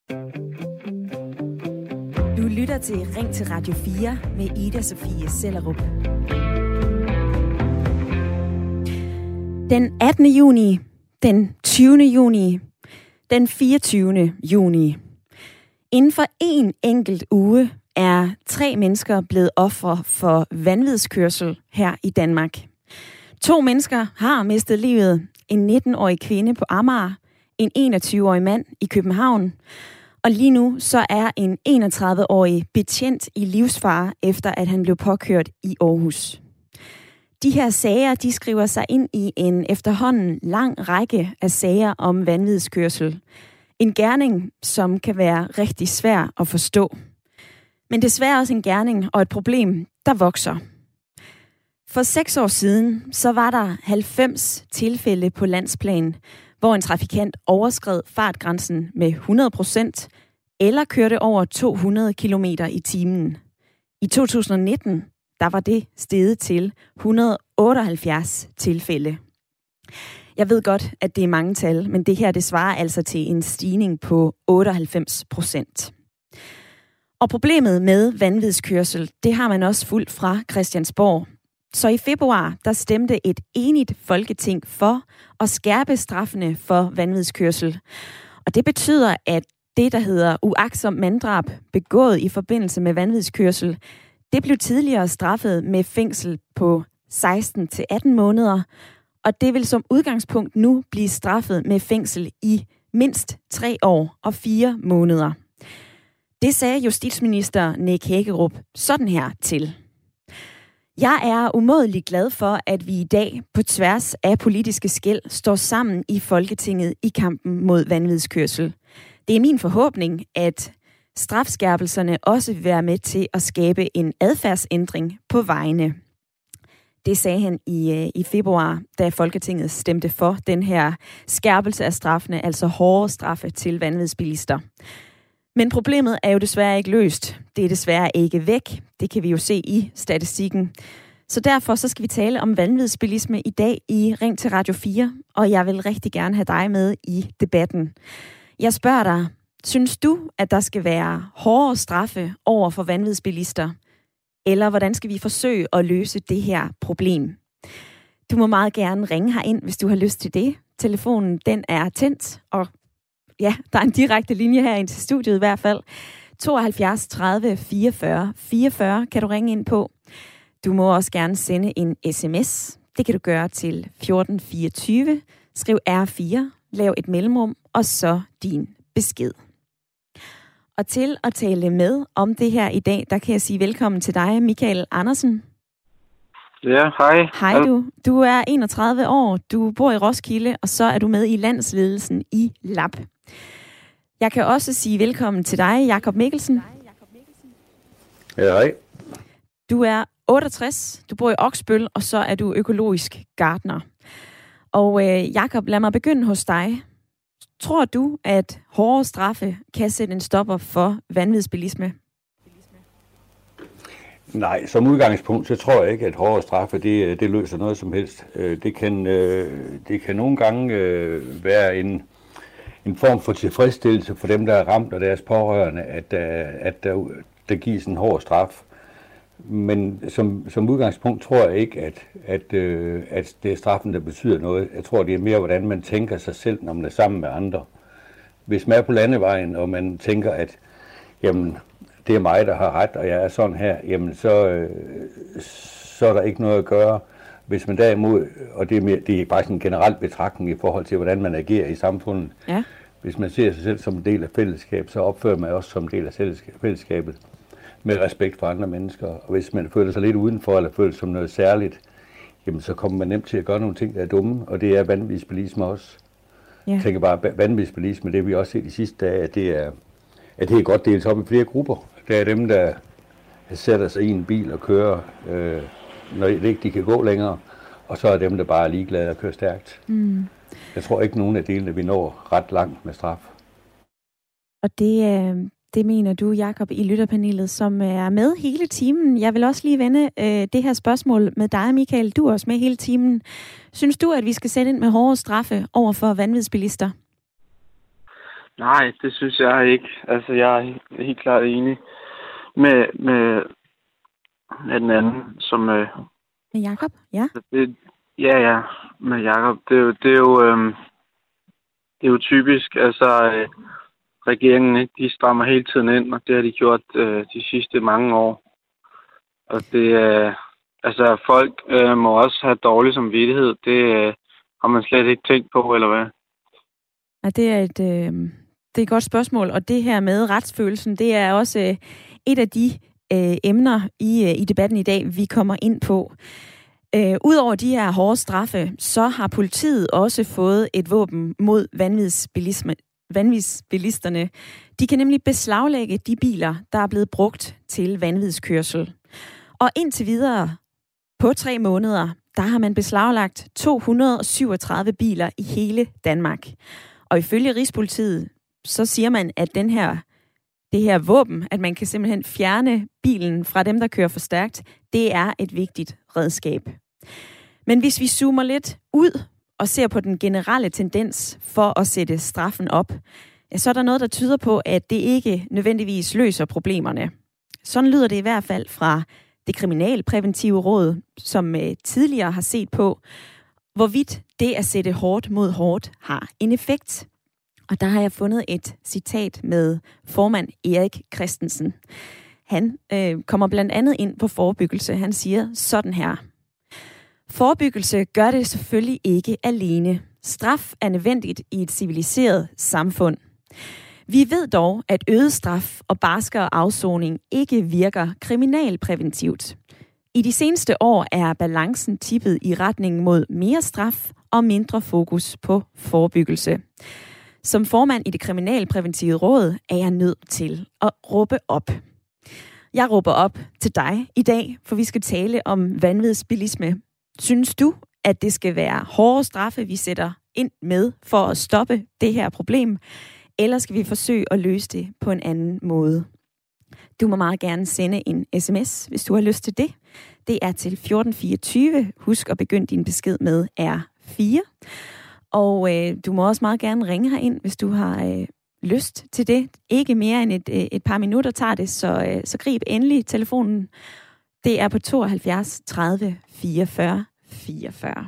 Du lytter til Ring til Radio 4 med Ida Sofie Sellerup. Den 18. juni, den 20. juni, den 24. juni. Inden for en enkelt uge er 3 mennesker blevet ofre for vanvidskørsel her i Danmark. 2 mennesker har mistet livet. En 19-årig kvinde på Amager, en 21-årig mand i København. Og lige nu så er en 31-årig betjent i livsfare, efter at han blev påkørt i Aarhus. De her sager, de skriver sig ind i en efterhånden lang række af sager om vanvidskørsel. En gerning, som kan være rigtig svær at forstå. Men desværre også en gerning og et problem, der vokser. For 6 år siden, så var der 90 tilfælde på landsplan, hvor en trafikant overskred fartgrænsen med 100% eller kørte over 200 km i timen. I 2019, der var det steget til 178 tilfælde. Jeg ved godt, at det er mange tal, men det her, det svarer altså til en stigning på 98%. Og problemet med vanvidskørsel, det har man også fulgt fra Christiansborg. Så i februar, der stemte et enigt folketing for at skærpe straffene for vanvidskørsel. Og det betyder, at det, der hedder uagtsom manddrab, begået i forbindelse med vanvidskørsel, det blev tidligere straffet med fængsel på 16 til 18 måneder, og det vil som udgangspunkt nu blive straffet med fængsel i mindst 3 år og 4 måneder. Det sagde justitsminister Nick Hækkerup sådan her til. Jeg er umådelig glad for, at vi i dag på tværs af politiske skel står sammen i Folketinget i kampen mod vanvidskørsel. Det er min forhåbning, at strafskærpelserne også vil være med til at skabe en adfærdsændring på vejene. Det sagde han i februar, da Folketinget stemte for den her skærpelse af straffene, altså hårde straffe til vanvidsbilister. Men problemet er jo desværre ikke løst. Det er desværre ikke væk. Det kan vi jo se i statistikken. Så derfor så skal vi tale om vanvidsbilisme i dag i Ring til Radio 4, og jeg vil rigtig gerne have dig med i debatten. Jeg spørger dig, synes du, at der skal være hårdere straffe over for vanvidsbilister? Eller hvordan skal vi forsøge at løse det her problem? Du må meget gerne ringe herind, hvis du har lyst til det. Telefonen, den er tændt, og ja, der er en direkte linje her ind til studiet i hvert fald. 72 30 44 44 kan du ringe ind på. Du må også gerne sende en sms. Det kan du gøre til 1424. Skriv R4, lav et mellemrum, og så din besked. Og til at tale med om det her i dag, der kan jeg sige velkommen til dig, Michael Andersen. Ja, hej. Hej du. Du er 31 år, du bor i Roskilde, og så er du med i landsledelsen i LAB. Jeg kan også sige velkommen til dig, Jakob Mikkelsen. Ja, hej. Du er 68, du bor i Oksbøl, og så er du økologisk gartner. Og Jakob, lad mig begynde hos dig. Tror du, at hårde straffe kan sætte en stopper for vanvidsbilisme? Nej, som udgangspunkt, så tror jeg ikke, at hårde straffe, det løser noget som helst. Det kan nogle gange være en form for tilfredsstillelse for dem, der er ramt og deres pårørende, at der gives en hård straf. Men som udgangspunkt tror jeg ikke, at det er straffen, der betyder noget. Jeg tror, det er mere, hvordan man tænker sig selv, når man er sammen med andre. Hvis man er på landevejen, og man tænker, at jamen, det er mig, der har ret, og jeg er sådan her, jamen så er der ikke noget at gøre. Hvis man derimod, og det er bare sådan en generel betragtning i forhold til, hvordan man agerer i samfundet. Ja. Hvis man ser sig selv som en del af fællesskab, så opfører man også som en del af fællesskabet med respekt for andre mennesker. Og hvis man føler sig lidt udenfor, eller føler sig som noget særligt, jamen så kommer man nemt til at gøre nogle ting, der er dumme, og det er vanvidsbilisme også. Ja. Jeg tænker bare, vanvidsbilisme, det vi også set de sidste dage, at det er godt delt op i flere grupper. Der er dem, der sætter sig i en bil og kører, når ikke de kan gå længere, og så er dem, der bare er ligeglade og kører stærkt. Mm. Jeg tror ikke, nogen af delene, vi når ret langt med straf. Og det mener du, Jakob, i lytterpanelet, som er med hele timen. Jeg vil også lige vende det her spørgsmål med dig, Michael. Du er også med hele timen. Synes du, at vi skal sætte ind med hårde straffe over for vanvidsbilister? Nej, det synes jeg ikke. Altså, jeg er helt klart enig med den anden, som... Med Jakob? Ja. Ja, med Jakob. Det er jo typisk. Altså, regeringen, de strammer hele tiden ind, og det har de gjort de sidste mange år. Og det altså, folk må også have dårlig samvittighed. Det har man slet ikke tænkt på, eller hvad? Ja, det er et godt spørgsmål, og det her med retsfølelsen, det er også et af de emner i debatten i dag, vi kommer ind på. Udover de her hårde straffe, så har politiet også fået et våben mod vanvidsbilisterne. De kan nemlig beslaglægge de biler, der er blevet brugt til vanvidskørsel. Og indtil videre, på 3 måneder, der har man beslaglagt 237 biler i hele Danmark. Og ifølge Rigspolitiet, så siger man, at det her våben, at man kan simpelthen fjerne bilen fra dem, der kører for stærkt, det er et vigtigt redskab. Men hvis vi zoomer lidt ud og ser på den generelle tendens for at sætte straffen op, så er der noget, der tyder på, at det ikke nødvendigvis løser problemerne. Sådan lyder det i hvert fald fra det kriminalpræventive råd, som tidligere har set på, hvorvidt det at sætte hårdt mod hårdt har en effekt. Og der har jeg fundet et citat med formand Erik Christensen. Han kommer blandt andet ind på forebyggelse. Han siger sådan her: forebyggelse gør det selvfølgelig ikke alene. Straf er nødvendigt i et civiliseret samfund. Vi ved dog, at øget straf og barskere afsoning ikke virker kriminalpræventivt. I de seneste år er balancen tippet i retning mod mere straf og mindre fokus på forebyggelse. Som formand i det kriminalpræventive råd er jeg nødt til at råbe op. Jeg råber op til dig i dag, for vi skal tale om vanvidsbilisme. Synes du, at det skal være hårde straffe, vi sætter ind med for at stoppe det her problem? Eller skal vi forsøge at løse det på en anden måde? Du må meget gerne sende en sms, hvis du har lyst til det. Det er til 1424. Husk at begynde din besked med R4. Og du må også meget gerne ringe herind, hvis du har lyst til det. Ikke mere end et par minutter tager det, så grib endelig telefonen. Det er på 72 30 44 44.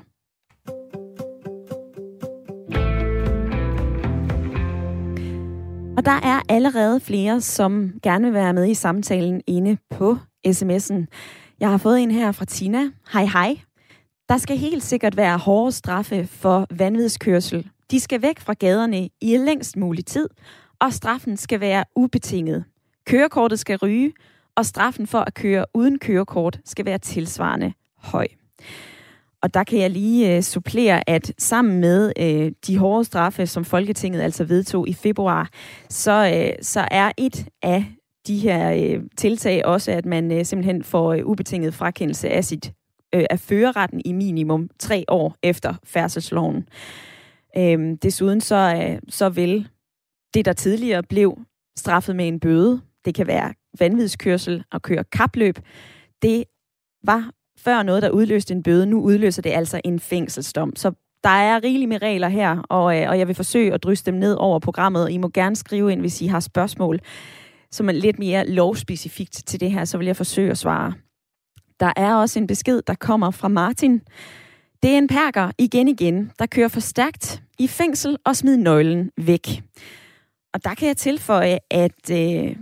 Og der er allerede flere, som gerne vil være med i samtalen inde på sms'en. Jeg har fået en her fra Tina. Hej. Der skal helt sikkert være hårde straffe for vanvidskørsel. De skal væk fra gaderne i længst mulig tid, og straffen skal være ubetinget. Kørekortet skal ryge, og straffen for at køre uden kørekort skal være tilsvarende høj. Og der kan jeg lige supplere, at sammen med de hårde straffe, som Folketinget altså vedtog i februar, så er et af de her tiltag også, at man simpelthen får ubetinget frakendelse af førerretten i minimum 3 år efter færdselsloven. Desuden så vil det, der tidligere blev straffet med en bøde, det kan være vanvidskørsel og køre kapløb, det var før noget, der udløste en bøde. Nu udløser det altså en fængselsdom. Så der er rigeligt med regler her, og jeg vil forsøge at drysse dem ned over programmet. I må gerne skrive ind, hvis I har spørgsmål, som er lidt mere lovspecifikt til det her, så vil jeg forsøge at svare. Der er også en besked, der kommer fra Martin. Det er en perker igen, der kører for stærkt i fængsel og smider nøglen væk. Og der kan jeg tilføje, at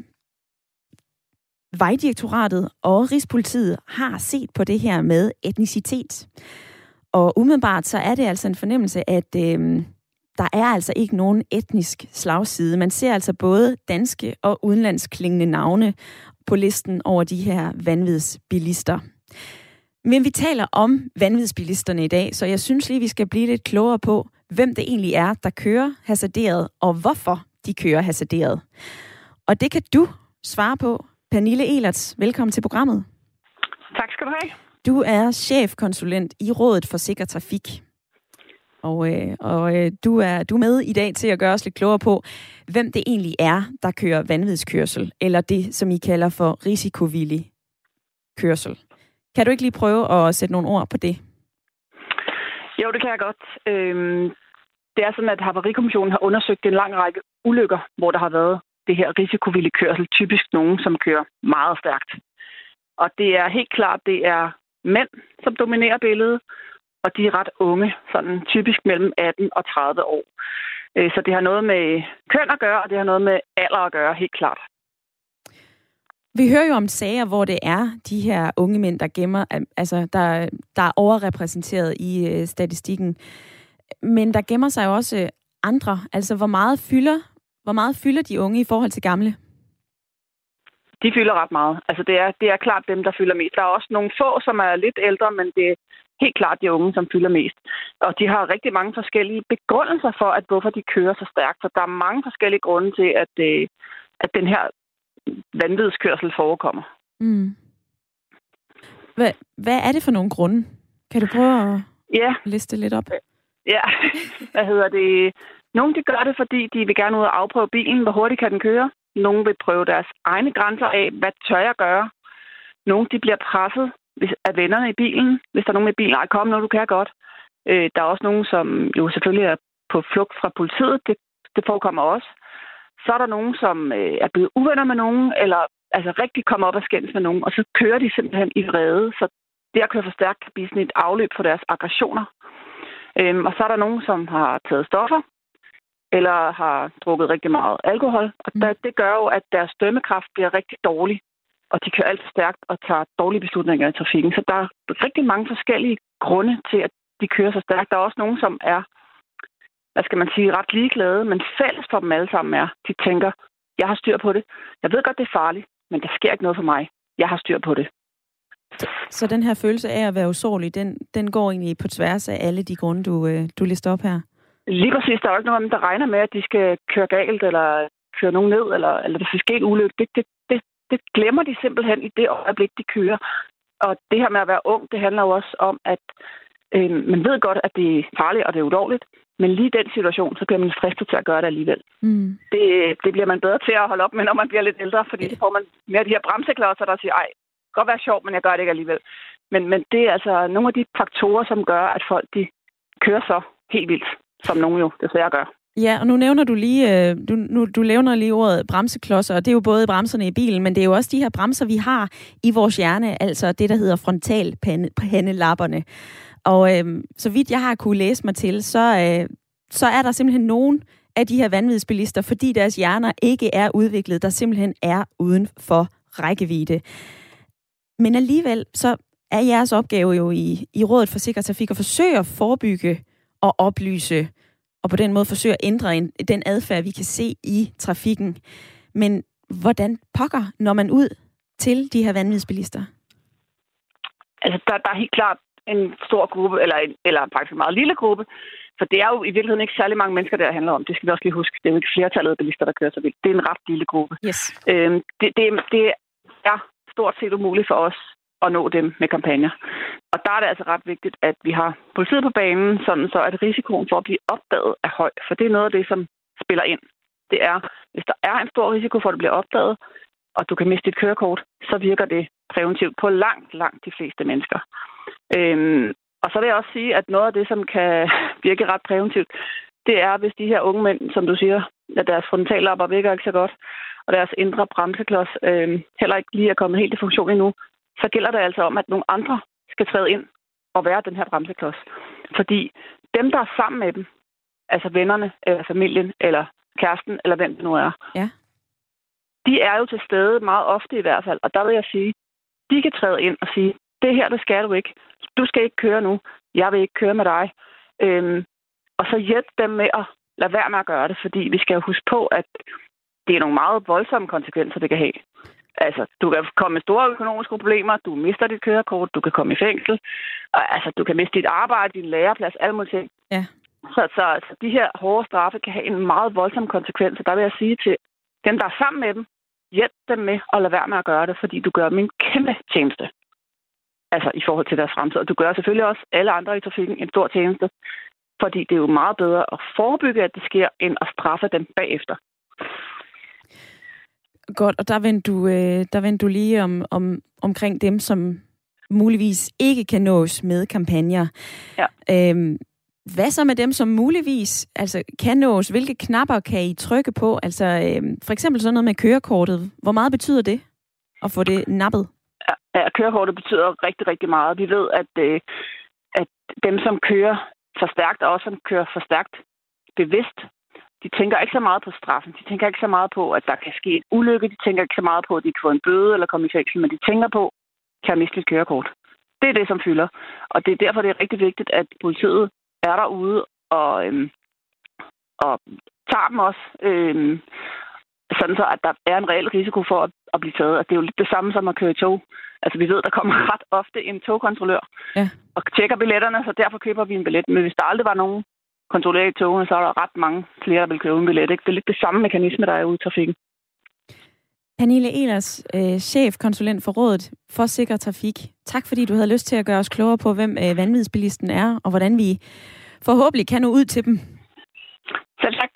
Vejdirektoratet og Rigspolitiet har set på det her med etnicitet. Og umiddelbart så er det altså en fornemmelse, at der er altså ikke nogen etnisk slagside. Man ser altså både danske og udenlandsklingende navne på listen over de her vanvidsbilister. Men vi taler om vanvidsbilisterne i dag, så jeg synes lige, vi skal blive lidt klogere på, hvem det egentlig er, der kører hasarderet, og hvorfor de kører hasarderet. Og det kan du svare på. Pernille Elerts, velkommen til programmet. Tak skal du have. Du er chefkonsulent i Rådet for Sikker Trafik. Og du er med i dag til at gøre os lidt klogere på, hvem det egentlig er, der kører vanvidskørsel, eller det, som I kalder for risikovillig kørsel. Kan du ikke lige prøve at sætte nogle ord på det? Jo, det kan jeg godt. det er sådan, at Havarikommissionen har undersøgt en lang række ulykker, hvor der har været det her risikovillig kørsel, typisk nogen, som kører meget stærkt. Og det er helt klart, det er mænd, som dominerer billedet, og de er ret unge, sådan typisk mellem 18 og 30 år. Så det har noget med køn at gøre, og det har noget med alder at gøre, helt klart. Vi hører jo om sager, hvor det er de her unge mænd, der gemmer, altså der er overrepræsenteret i statistikken. Men der gemmer sig jo også andre. Altså, hvor meget fylder de unge i forhold til gamle? De fylder ret meget. Altså, det er klart dem, der fylder mest. Der er også nogle få, som er lidt ældre, men det er helt klart de unge, som fylder mest. Og de har rigtig mange forskellige begrundelser for, at hvorfor de kører så stærkt. Så der er mange forskellige grunde til, at den her vanvidskørsel forekommer. Mm. Hvad er det for nogle grunde? Kan du prøve at liste lidt op? Ja, Nogle de gør det, fordi de vil gerne ud og afprøve bilen, hvor hurtigt kan den køre. Nogle vil prøve deres egne grænser af, hvad tør jeg gøre. Nogle de bliver presset af vennerne i bilen. Hvis der er nogen i bilen, kom nu, du kan godt. Der er også nogen, som jo selvfølgelig er på flugt fra politiet. Det forekommer også. Så er der nogen, som er blevet uvenner med nogen, eller altså rigtig kommer op og skændes med nogen, og så kører de simpelthen i vrede. Så det at køre for stærkt kan blive sådan et afløb for deres aggressioner. Og så er der nogen, som har taget stoffer, eller har drukket rigtig meget alkohol. Og det gør jo, at deres dømmekraft bliver rigtig dårlig, og de kører alt for stærkt og tager dårlige beslutninger i trafikken. Så der er rigtig mange forskellige grunde til, at de kører så stærkt. Der er også nogen, som er, ret ligeglade, men fælles for dem alle sammen er, de tænker, jeg har styr på det. Jeg ved godt, det er farligt, men der sker ikke noget for mig. Jeg har styr på det. Så den her følelse af at være usårlig, den går egentlig på tværs af alle de grunde, du lister op her? Lige præcis. Der er jo ikke nogen af dem, der regner med, at de skal køre galt, eller køre nogen ned, eller der skal ske en ulykke. Det glemmer de simpelthen i det øjeblik, de kører. Og det her med at være ung, det handler jo også om, at man ved godt, at det er farligt, og det er ulovligt. Men lige i den situation, så bliver man fristet til at gøre det alligevel. Mm. Det bliver man bedre til at holde op med, når man bliver lidt ældre, fordi så får man mere af de her bremseklodser, der siger, det kan godt være sjovt, men jeg gør det ikke alligevel. Men det er altså nogle af de faktorer, som gør, at folk de kører så helt vildt, som nogen jo desværre gør. Ja, og nu nævner du lige, du nævner lige ordet bremseklodser, og det er jo både bremserne i bilen, men det er jo også de her bremser, vi har i vores hjerne, altså det, der hedder frontalpandelapperne. Og så vidt jeg har kunne læse mig til, så er der simpelthen nogen af de her vanvidsbilister, fordi deres hjerner ikke er udviklet, der simpelthen er uden for rækkevidde. Men alligevel, så er jeres opgave jo i Rådet for Sikker Trafik at forsøge at forebygge og oplyse, og på den måde forsøge at ændre den adfærd, vi kan se i trafikken. Men hvordan pokker når man ud til de her vanvidsbilister? Altså, der er helt klart en stor gruppe, eller faktisk en meget lille gruppe, for det er jo i virkeligheden ikke særlig mange mennesker, der handler om. Det skal vi også lige huske. Det er jo ikke flertallet af bilister, der kører så vildt. Det er en ret lille gruppe. Yes. Det er stort set umuligt for os at nå dem med kampagner. Og der er det altså ret vigtigt, at vi har politiet på banen, sådan så at risikoen for at blive opdaget er høj. For det er noget af det, som spiller ind. Det er, hvis der er en stor risiko for, at det bliver opdaget, og du kan miste dit kørekort, så virker det præventivt på langt de fleste mennesker. Og så vil jeg også sige, at noget af det, som kan virke ret præventivt, det er, hvis de her unge mænd, som du siger, at deres frontallapper virker ikke så godt, og deres indre bremseklods heller ikke lige er kommet helt i funktion endnu, så gælder det altså om, at nogle andre skal træde ind og være den her bremseklods. Fordi dem, der er sammen med dem, altså vennerne, eller familien, eller kæresten, eller hvem det nu er, de er jo til stede meget ofte i hvert fald. Og der vil jeg sige, de kan træde ind og sige, det her, det skal du ikke. Du skal ikke køre nu. Jeg vil ikke køre med dig. Og så hjælp dem med at lade være med at gøre det, fordi vi skal jo huske på, at det er nogle meget voldsomme konsekvenser, det kan have. Altså, du kan komme med store økonomiske problemer, du mister dit kørekort, du kan komme i fængsel, altså, du kan miste dit arbejde, din læreplads, alle mulige ting. Ja. Så de her hårde straffe kan have en meget voldsom konsekvens, og der vil jeg sige til dem, der er sammen med dem, hjælp dem med at lade være med at gøre det, fordi du gør dem en kæmpe tjeneste. Altså i forhold til deres fremtid. Og du gør selvfølgelig også alle andre i trafikken en stor tjeneste, fordi det er jo meget bedre at forebygge, at det sker, end at straffe dem bagefter. Godt, og der vendte du lige omkring dem, som muligvis ikke kan nås med kampagner. Ja. Hvad så med dem, som muligvis kan nås? Hvilke knapper kan I trykke på? For eksempel sådan noget med kørekortet. Hvor meget betyder det at få det nappet? Ja, kørekortet betyder rigtig, rigtig meget. Vi ved, at dem, som kører for stærkt, og også som kører for stærkt bevidst, de tænker ikke så meget på straffen. De tænker ikke så meget på, at der kan ske en ulykke. De tænker ikke så meget på, at de kan få en bøde eller komme i fængsel. Men de tænker på, kan jeg miste et kørekort? Det er det, som fylder. Og det er derfor, det er rigtig vigtigt, at politiet er derude og tager dem også. Sådan så, at der er en reel risiko for at blive taget. Det er jo lidt det samme som at køre i tog. Vi ved, der kommer ret ofte en togkontrollør og tjekker billetterne, så derfor køber vi en billet. Men hvis der aldrig var nogen kontrollør i togene, så er der ret mange flere, der vil købe en billet. Ikke? Det er lidt det samme mekanisme, der er ude i trafikken. Pernille Ehlers, chefkonsulent for Rådet for Sikker Trafik. Tak fordi du havde lyst til at gøre os klogere på, hvem vanvidsbilisten er, og hvordan vi forhåbentlig kan nå ud til dem. Selv tak.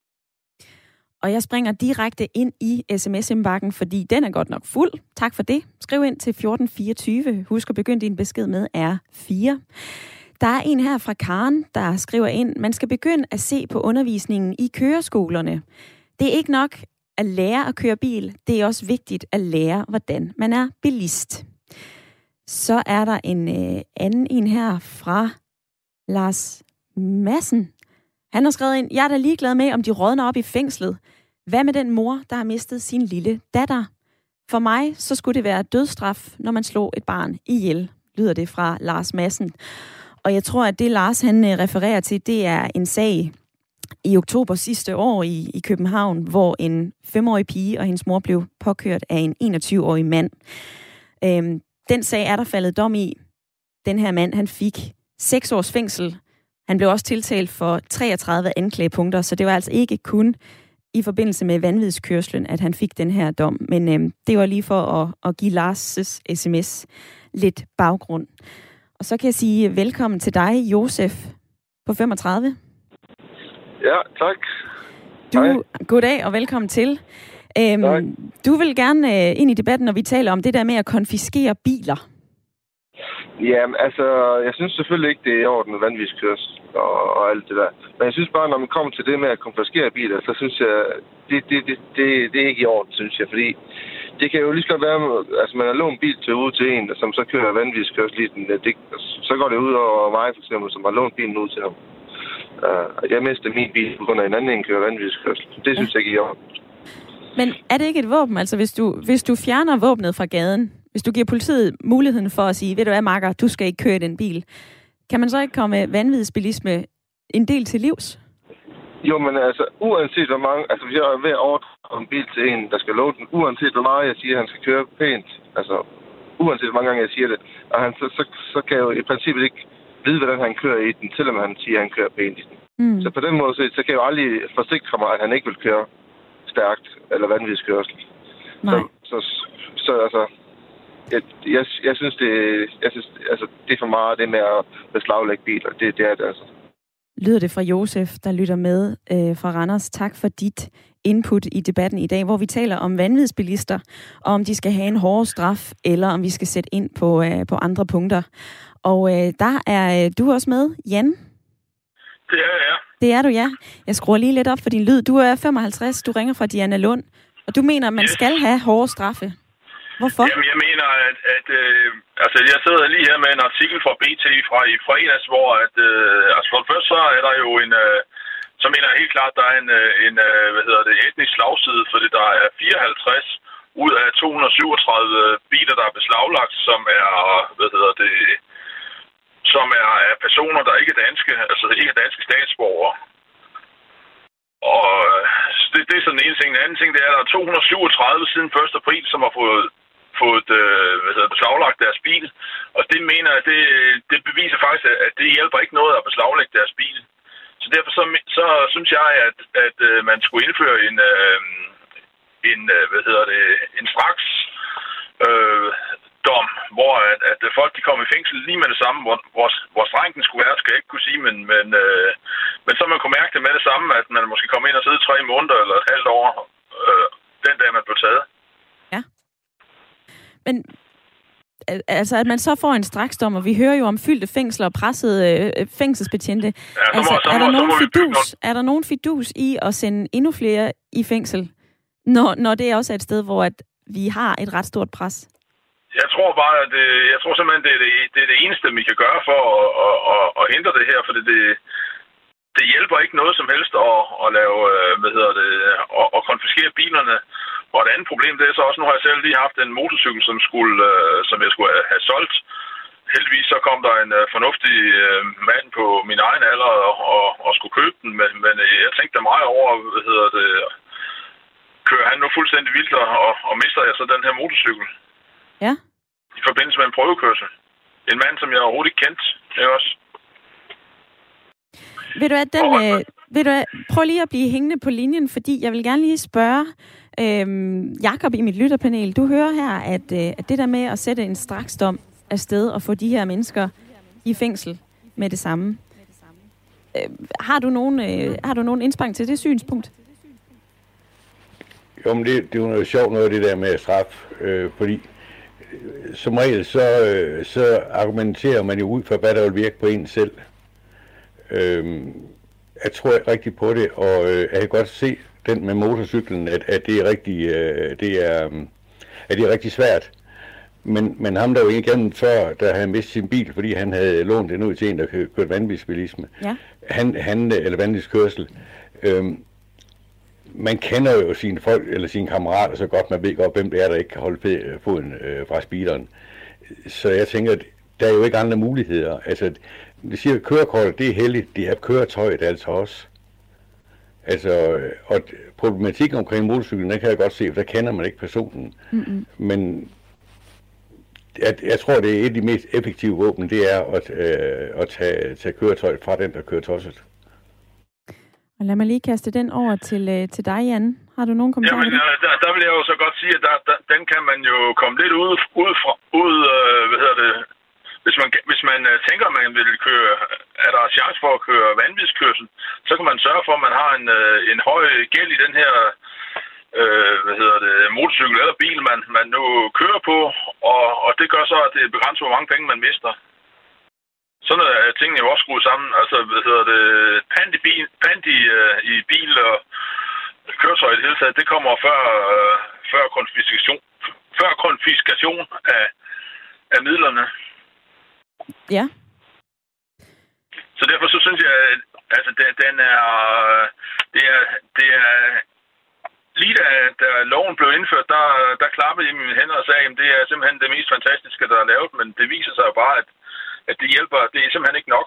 Og jeg springer direkte ind i sms-indbakken, fordi den er godt nok fuld. Tak for det. Skriv ind til 1424. Husk at begynde din besked med R4. Der er en her fra Karen, der skriver ind, man skal begynde at se på undervisningen i køreskolerne. Det er ikke nok at lære at køre bil. Det er også vigtigt at lære, hvordan man er bilist. Så er der en anden en her fra Lars Madsen. Han har skrevet ind, jeg er da ligeglad med, om de rådner op i fængslet. Hvad med den mor, der har mistet sin lille datter? For mig, så skulle det være dødsstraf, når man slog et barn ihjel, lyder det fra Lars Madsen. Og jeg tror, at det Lars han refererer til, det er en sag i oktober sidste år i København, hvor en 5-årig pige og hendes mor blev påkørt af en 21-årig mand. Den sag er der faldet dom i. Den her mand, han fik 6 års fængsel. Han blev også tiltalt for 33 anklagepunkter, så det var altså ikke kun i forbindelse med vanvidskørslen, at han fik den her dom. Men det var lige for at give Lars' sms lidt baggrund. Og så kan jeg sige velkommen til dig, Josef, på 35. Ja, tak. Goddag og velkommen til. Du vil gerne ind i debatten, når vi taler om det der med at konfiskere biler. Ja, jeg synes selvfølgelig ikke, det er i orden med vanvidskørsel og alt det der. Men jeg synes bare, når man kommer til det med at konfiskere biler, så synes jeg, det er ikke i orden, synes jeg. Fordi det kan jo lige så godt være, man har lånt bil til en, som så kører vanvidskørsel i den. Så går det ud over mig, for eksempel, som har lånt bilen ud til ham. Jeg mistede min bil på grund af en anden kører vanvidskørsel. Det synes jeg ikke er i orden. Men er det ikke et våben? Hvis du fjerner våbnet fra gaden, hvis du giver politiet muligheden for at sige, ved du hvad, makker, du skal ikke køre i den bil, kan man så ikke komme vanvidsbilisme en del til livs? Jo, men uanset hvor mange, hvis jeg er ved at ordre en bil til en, der skal låne den, uanset hvor meget jeg siger, at han skal køre pænt, uanset hvor mange gange jeg siger det, og han så kan jeg jo i princippet ikke vide, hvordan han kører i den, selvom han siger, at han kører pænt i den. Så på den måde, så kan jeg jo aldrig forsikre mig, at han ikke vil køre stærkt eller vanvidskørsel. Jeg synes, det er for meget det med at beslaglægge biler. Det er det altså. Lyder det fra Josef, der lytter med fra Randers. Tak for dit input i debatten i dag, hvor vi taler om vanvidsbilister, og om de skal have en hårdere straf, eller om vi skal sætte ind på andre punkter. Og der er du også med, Jan? Det er jeg. Det er du, ja. Jeg skruer lige lidt op for din lyd. Du er 55, du ringer fra Diana Lund, og du mener, at man skal have hårde straffe. Hvorfor? Jamen, jeg mener, at jeg sidder lige her med en artikel fra BT fra i fredags, hvor for det første så er der jo så mener jeg helt klart, at der er en etnisk slagside, fordi der er 54 ud af 237 biler, der er beslaglagt, som er, som er personer, der ikke er danske, ikke er danske statsborgere. Og det er sådan en ting. Den anden ting, det er, at der er 237 siden 1. april, som har fået beslaglagt deres bil. Og det mener jeg, det beviser faktisk, at det hjælper ikke noget at beslaglægge deres bil. Så derfor så synes jeg, at man skulle indføre en straks dom, hvor at folk de kommer i fængsel lige med det samme, hvor streng den skulle være, skal jeg ikke kunne sige, men så man kunne mærke det med det samme, at man måske kommer ind og sidder 3 måneder eller et halvt år den dag, man blev taget. Ja. Men altså, at man så får en straksdom, og vi hører jo om fyldte fængsler og pressede fængselsbetjente. Ja, altså, er der nogen fidus i at sende endnu flere i fængsel, når det også er et sted, hvor at vi har et ret stort pres? Jeg tror bare, at jeg tror simpelthen, det er det eneste, vi kan gøre for at hindre det her, for det hjælper ikke noget som helst at lave, at konfiskere bilerne. Og et andet problem, det er så også, nu har jeg selv lige haft en motorcykel, som jeg skulle have solgt. Heldigvis så kom der en fornuftig mand på min egen alder og skulle købe den, men jeg tænkte meget over, kører han nu fuldstændig vildt, og mister jeg så den her motorcykel? Ja. I forbindelse med en prøvekørsel. En mand, som jeg overhovedet ikke kendte. Det er også. Ved du hvad, prøv lige at blive hængende på linjen, fordi jeg vil gerne lige spørge Jakob i mit lytterpanel. Du hører her, at det der med at sætte en straksdom afsted og få de her mennesker i fængsel med det samme. Har du nogen indspark til det synspunkt? Jo, men det er jo noget sjovt noget, det der med straf, fordi som regel så argumenterer man jo ud for, hvad der vil virke på en selv. Jeg tror ikke rigtig på det, og jeg kan godt se den med motorcyklen, at det er rigtig svært. Men ham der jo ikke igennem før, der havde mistet sin bil, fordi han havde lånt den ud til en, der kørte vanvidsbilisme. Ja. Eller vanvidskørsel. Man kender jo sine folk eller sine kammerater så godt, man ved godt, hvem det er, der ikke kan holde foden fra speederen. Så jeg tænker, at der er jo ikke andre muligheder. Altså, det siger, at kørekortet, det er heldigt, det er køretøjet altså også. Altså, og problematikken omkring motorcyklen, der kan jeg godt se, for der kender man ikke personen. Mm-hmm. Men jeg tror, det er et af de mest effektive våben, det er at tage køretøjet fra den, der kører tosset. Og lad mig lige kaste den over til dig, Jan. Har du nogen kommentarer? Jamen, der vil jeg jo så godt sige, at den kan man jo komme lidt ud hvis man tænker, at man vil køre, er der chance for at køre vanvidskørsel, så kan man sørge for, at man har en høj gæld i den her motorcykel eller bil, man nu kører på, og det gør så, at det begrænser, hvor mange penge man mister. Sådan er tingene jo også skruet sammen. Altså, pant i bil og køretøj i det hele taget, det kommer før konfiskation af midlerne. Ja. Så derfor så synes jeg, at altså, det er lige da loven blev indført, der klappede jeg i mine hænder og sagde, at det er simpelthen det mest fantastiske, der er lavet, men det viser sig jo bare, at det hjælper, det er simpelthen ikke nok.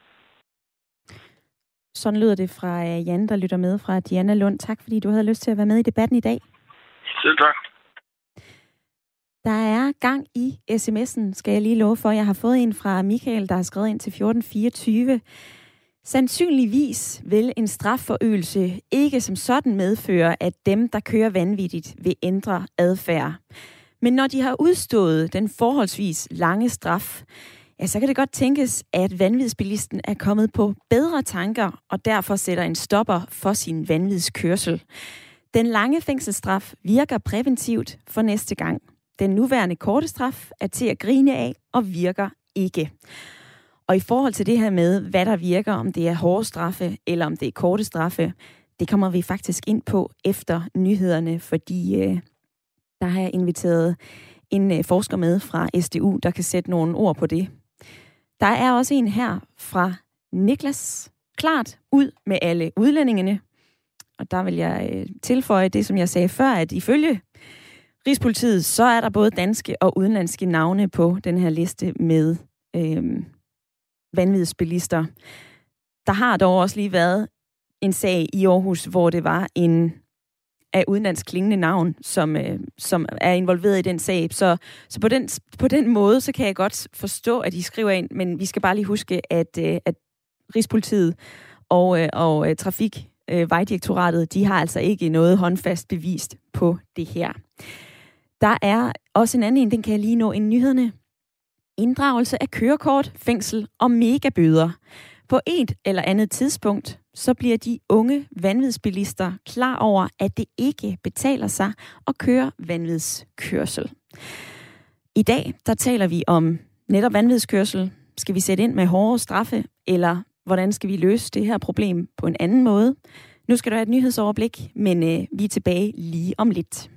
Sådan lyder det fra Jan, der lytter med fra Diana Lund. Tak, fordi du havde lyst til at være med i debatten i dag. Selv tak. Der er gang i sms'en, skal jeg lige love for. Jeg har fået en fra Michael, der har skrevet ind til 1424. Sandsynligvis vil en strafforøgelse ikke som sådan medføre, at dem, der kører vanvittigt, vil ændre adfærd. Men når de har udstået den forholdsvis lange straf, ja, så kan det godt tænkes, at vanvidsbilisten er kommet på bedre tanker, og derfor sætter en stopper for sin vanvidskørsel. Den lange fængselsstraf virker præventivt for næste gang. Den nuværende korte straf er til at grine af og virker ikke. Og i forhold til det her med, hvad der virker, om det er hårde straffe eller om det er korte straffe, det kommer vi faktisk ind på efter nyhederne, fordi der har jeg inviteret en forsker med fra SDU, der kan sætte nogle ord på det. Der er også en her fra Niklas. Klart ud med alle udlændingene. Og der vil jeg tilføje det, som jeg sagde før, at ifølge Rigspolitiet, så er der både danske og udenlandske navne på den her liste med vanvidsbilister. Der har dog også lige været en sag i Aarhus, hvor det var en af udenlandsk klingende navn, som er involveret i den sag. Så på den måde, så kan jeg godt forstå, at de skriver ind, men vi skal bare lige huske, at Rigspolitiet og Vejdirektoratet, de har altså ikke noget håndfast bevist på det her. Der er også en anden, den kan jeg lige nå i nyhederne. Inddragelse af kørekort, fængsel og megabøder. På et eller andet tidspunkt, så bliver de unge vanvidsbilister klar over, at det ikke betaler sig at køre vanvidskørsel. I dag, der taler vi om netop vanvidskørsel. Skal vi sætte ind med hårde straffe, eller hvordan skal vi løse det her problem på en anden måde? Nu skal du have et nyhedsoverblik, men vi er tilbage lige om lidt.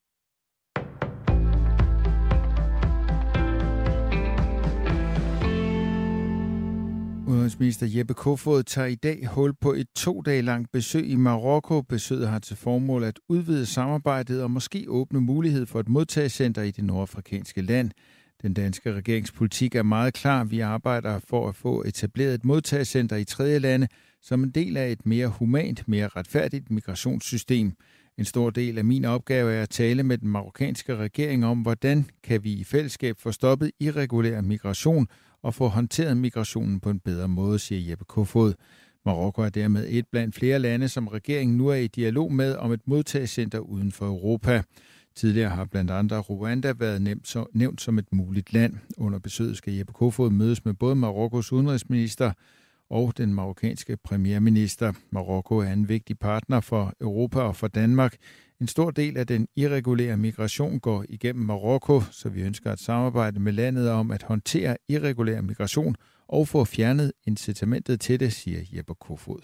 Udenrigsminister Jeppe Kofod tager i dag hul på et 2 dage langt besøg i Marokko. Besøget har til formål at udvide samarbejdet og måske åbne mulighed for et modtagecenter i det nordafrikanske land. Den danske regeringspolitik er meget klar. Vi arbejder for at få etableret et modtagecenter i tredje lande som en del af et mere humant, mere retfærdigt migrationssystem. En stor del af min opgave er at tale med den marokkanske regering om, hvordan kan vi i fællesskab få stoppet irregulær migration og få håndteret migrationen på en bedre måde, siger Jeppe Kofod. Marokko er dermed et blandt flere lande, som regeringen nu er i dialog med om et modtagecenter uden for Europa. Tidligere har blandt andre Rwanda været nævnt som et muligt land. Under besøget skal Jeppe Kofod mødes med både Marokkos udenrigsminister og den marokkanske premierminister. Marokko er en vigtig partner for Europa og for Danmark. En stor del af den irregulære migration går igennem Marokko, så vi ønsker at samarbejde med landet om at håndtere irregulær migration og få fjernet incitamentet til det, siger Jeppe Kofod.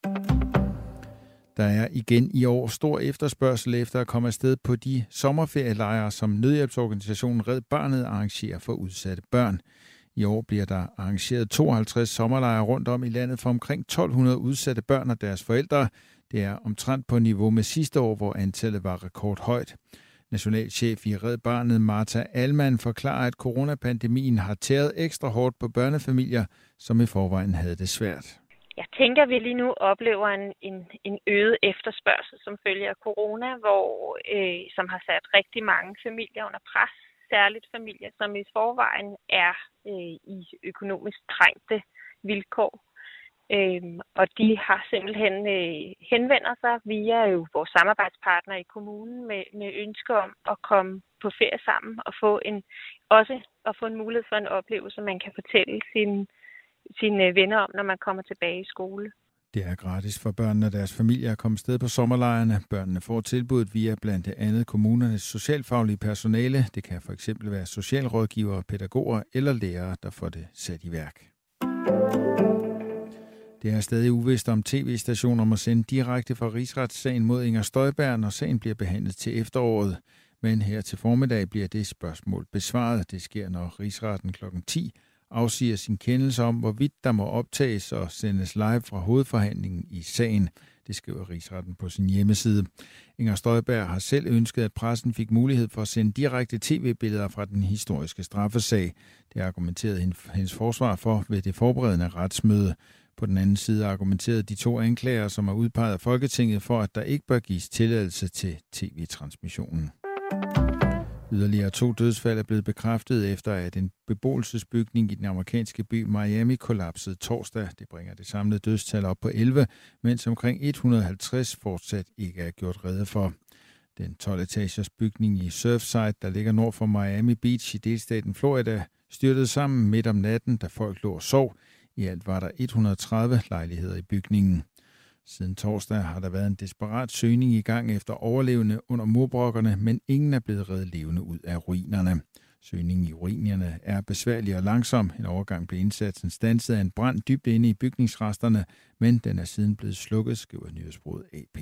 Der er igen i år stor efterspørgsel efter at komme afsted på de sommerferielejre, som nødhjælpsorganisationen Red Barnet arrangerer for udsatte børn. I år bliver der arrangeret 52 sommerlejre rundt om i landet for omkring 1200 udsatte børn og deres forældre. Det er omtrent på niveau med sidste år, hvor antallet var rekordhøjt. Nationalchef i Red Barnet, Martha Allmann, forklarer, at coronapandemien har tæret ekstra hårdt på børnefamilier, som i forvejen havde det svært. Jeg tænker, at vi lige nu oplever en øget efterspørgsel som følge af corona, som har sat rigtig mange familier under pres. Særligt familier, som i forvejen er i økonomisk trængte vilkår. Og de har simpelthen henvender sig via vores samarbejdspartnere i kommunen med ønske om at komme på ferie sammen og få en mulighed for en oplevelse, man kan fortælle sine venner om, når man kommer tilbage i skole. Det er gratis for børnene og deres familier at komme sted på sommerlejrene. Børnene får tilbuddet via blandt andet kommunernes socialfaglige personale. Det kan for eksempel være socialrådgivere, pædagoger eller lærere, der får det sat i værk. Det er stadig uvist, om tv-stationer må sende direkte fra rigsretssagen mod Inger Støjberg, når sagen bliver behandlet til efteråret. Men her til formiddag bliver det spørgsmål besvaret. Det sker, når rigsretten kl. 10 afsiger sin kendelse om, hvorvidt der må optages og sendes live fra hovedforhandlingen i sagen. Det skriver rigsretten på sin hjemmeside. Inger Støjberg har selv ønsket, at pressen fik mulighed for at sende direkte tv-billeder fra den historiske straffesag. Det argumenterede hendes forsvar for ved det forberedende retsmøde. På den anden side argumenterede de 2 anklager, som er udpeget af Folketinget, for at der ikke bør gives tilladelse til tv-transmissionen. Yderligere 2 dødsfald er blevet bekræftet efter, at en beboelsesbygning i den amerikanske by Miami kollapsede torsdag. Det bringer det samlede dødstal op på 11, mens omkring 150 fortsat ikke er gjort rede for. Den 12-etagers bygning i Surfside, der ligger nord for Miami Beach i delstaten Florida, styrtede sammen midt om natten, da folk lå og sov. I alt var der 130 lejligheder i bygningen. Siden torsdag har der været en desperat søgning i gang efter overlevende under murbrokkerne, men ingen er blevet reddet levende ud af ruinerne. Søgningen i ruinerne er besværlig og langsom. En overgang blev indsatsen standset af en brand dybt inde i bygningsresterne, men den er siden blevet slukket, skriver nyhedsbureauet AP.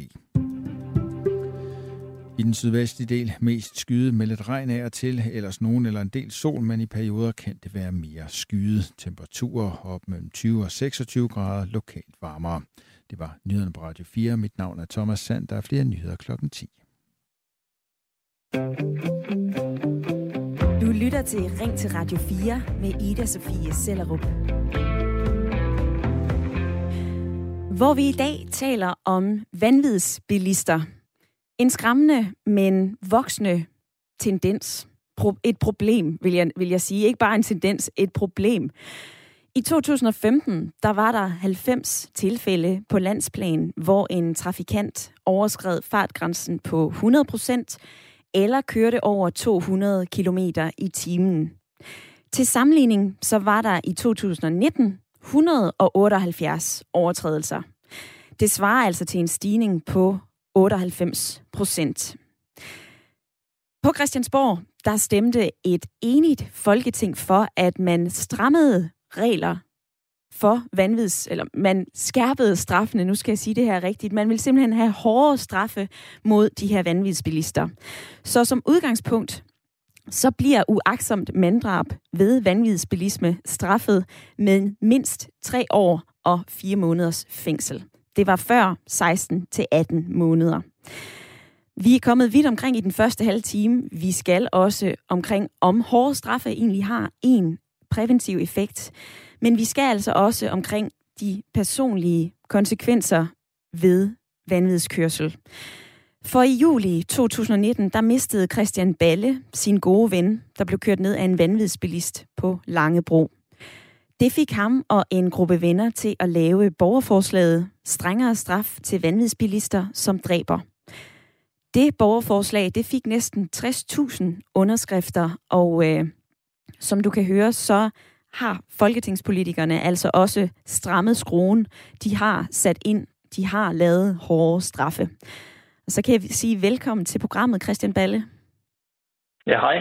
I den sydvestlige del mest skyet med lidt regn af og til, ellers nogen eller en del sol, men i perioder kan det være mere skyet. Temperaturer op mellem 20 og 26 grader, lokalt varmere. Det var nyhederne på Radio 4. Mit navn er Thomas Sand. Der er flere nyheder klokken 10. Du lytter til Ring til Radio 4 med Ida Sofie Sellerup. Hvor vi i dag taler om vanvidsbilister. En skræmmende, men voksende tendens. Et problem, vil jeg sige. Ikke bare en tendens, et problem. I 2015, der var der 90 tilfælde på landsplan, hvor en trafikant overskred fartgrænsen på 100% eller kørte over 200 km i timen. Til sammenligning, så var der i 2019 178 overtrædelser. Det svarer altså til en stigning på 98%. På Christiansborg, der stemte et enigt Folketing for, at man strammede regler for eller man skærpede straffene, nu skal jeg sige det her rigtigt. Man vil simpelthen have hårdere straffe mod de her vanvidsbilister. Så som udgangspunkt, så bliver uagtsomt manddrab ved vanvidsbilisme straffet med mindst 3 år og 4 måneders fængsel. Det var før 16 til 18 måneder. Vi er kommet vidt omkring i den første halve time. Vi skal også omkring, om hårde straffe egentlig har en præventiv effekt. Men vi skal altså også omkring de personlige konsekvenser ved vanvidskørsel. For i juli 2019, der mistede Christian Balle sin gode ven, der blev kørt ned af en vanvidsbilist på Langebro. Det fik ham og en gruppe venner til at lave borgerforslaget strengere straf til vanvidsbilister, som dræber. Det borgerforslag, det fik næsten 60.000 underskrifter, og som du kan høre, så har folketingspolitikerne altså også strammet skruen. De har sat ind, de har lavet hårde straffe. Og så kan jeg sige velkommen til programmet, Christian Balle. Ja, hej.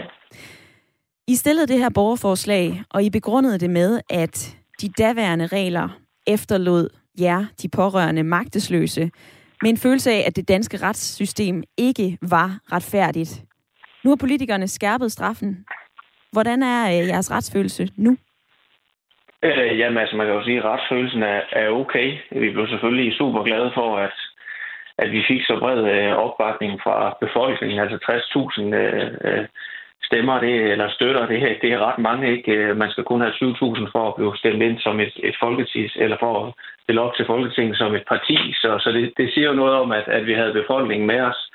I stillede det her borgerforslag, og I begrundede det med, at de daværende regler efterlod jer, de pårørende, magtesløse, med en følelse af, at det danske retssystem ikke var retfærdigt. Nu har politikerne skærpet straffen. Hvordan er jeres retsfølelse nu? Jamen altså, man kan jo sige, at retsfølelsen er okay. Vi blev selvfølgelig super glade for, at vi fik så bred opbakning fra befolkningen. Altså 60.000 stemmer, eller støtter, det er ret mange, ikke? Man skal kun have 20.000 for at blive stemt ind som et folketing, eller for at stille op til Folketinget som et parti. Så det siger jo noget om, at vi havde befolkningen med os.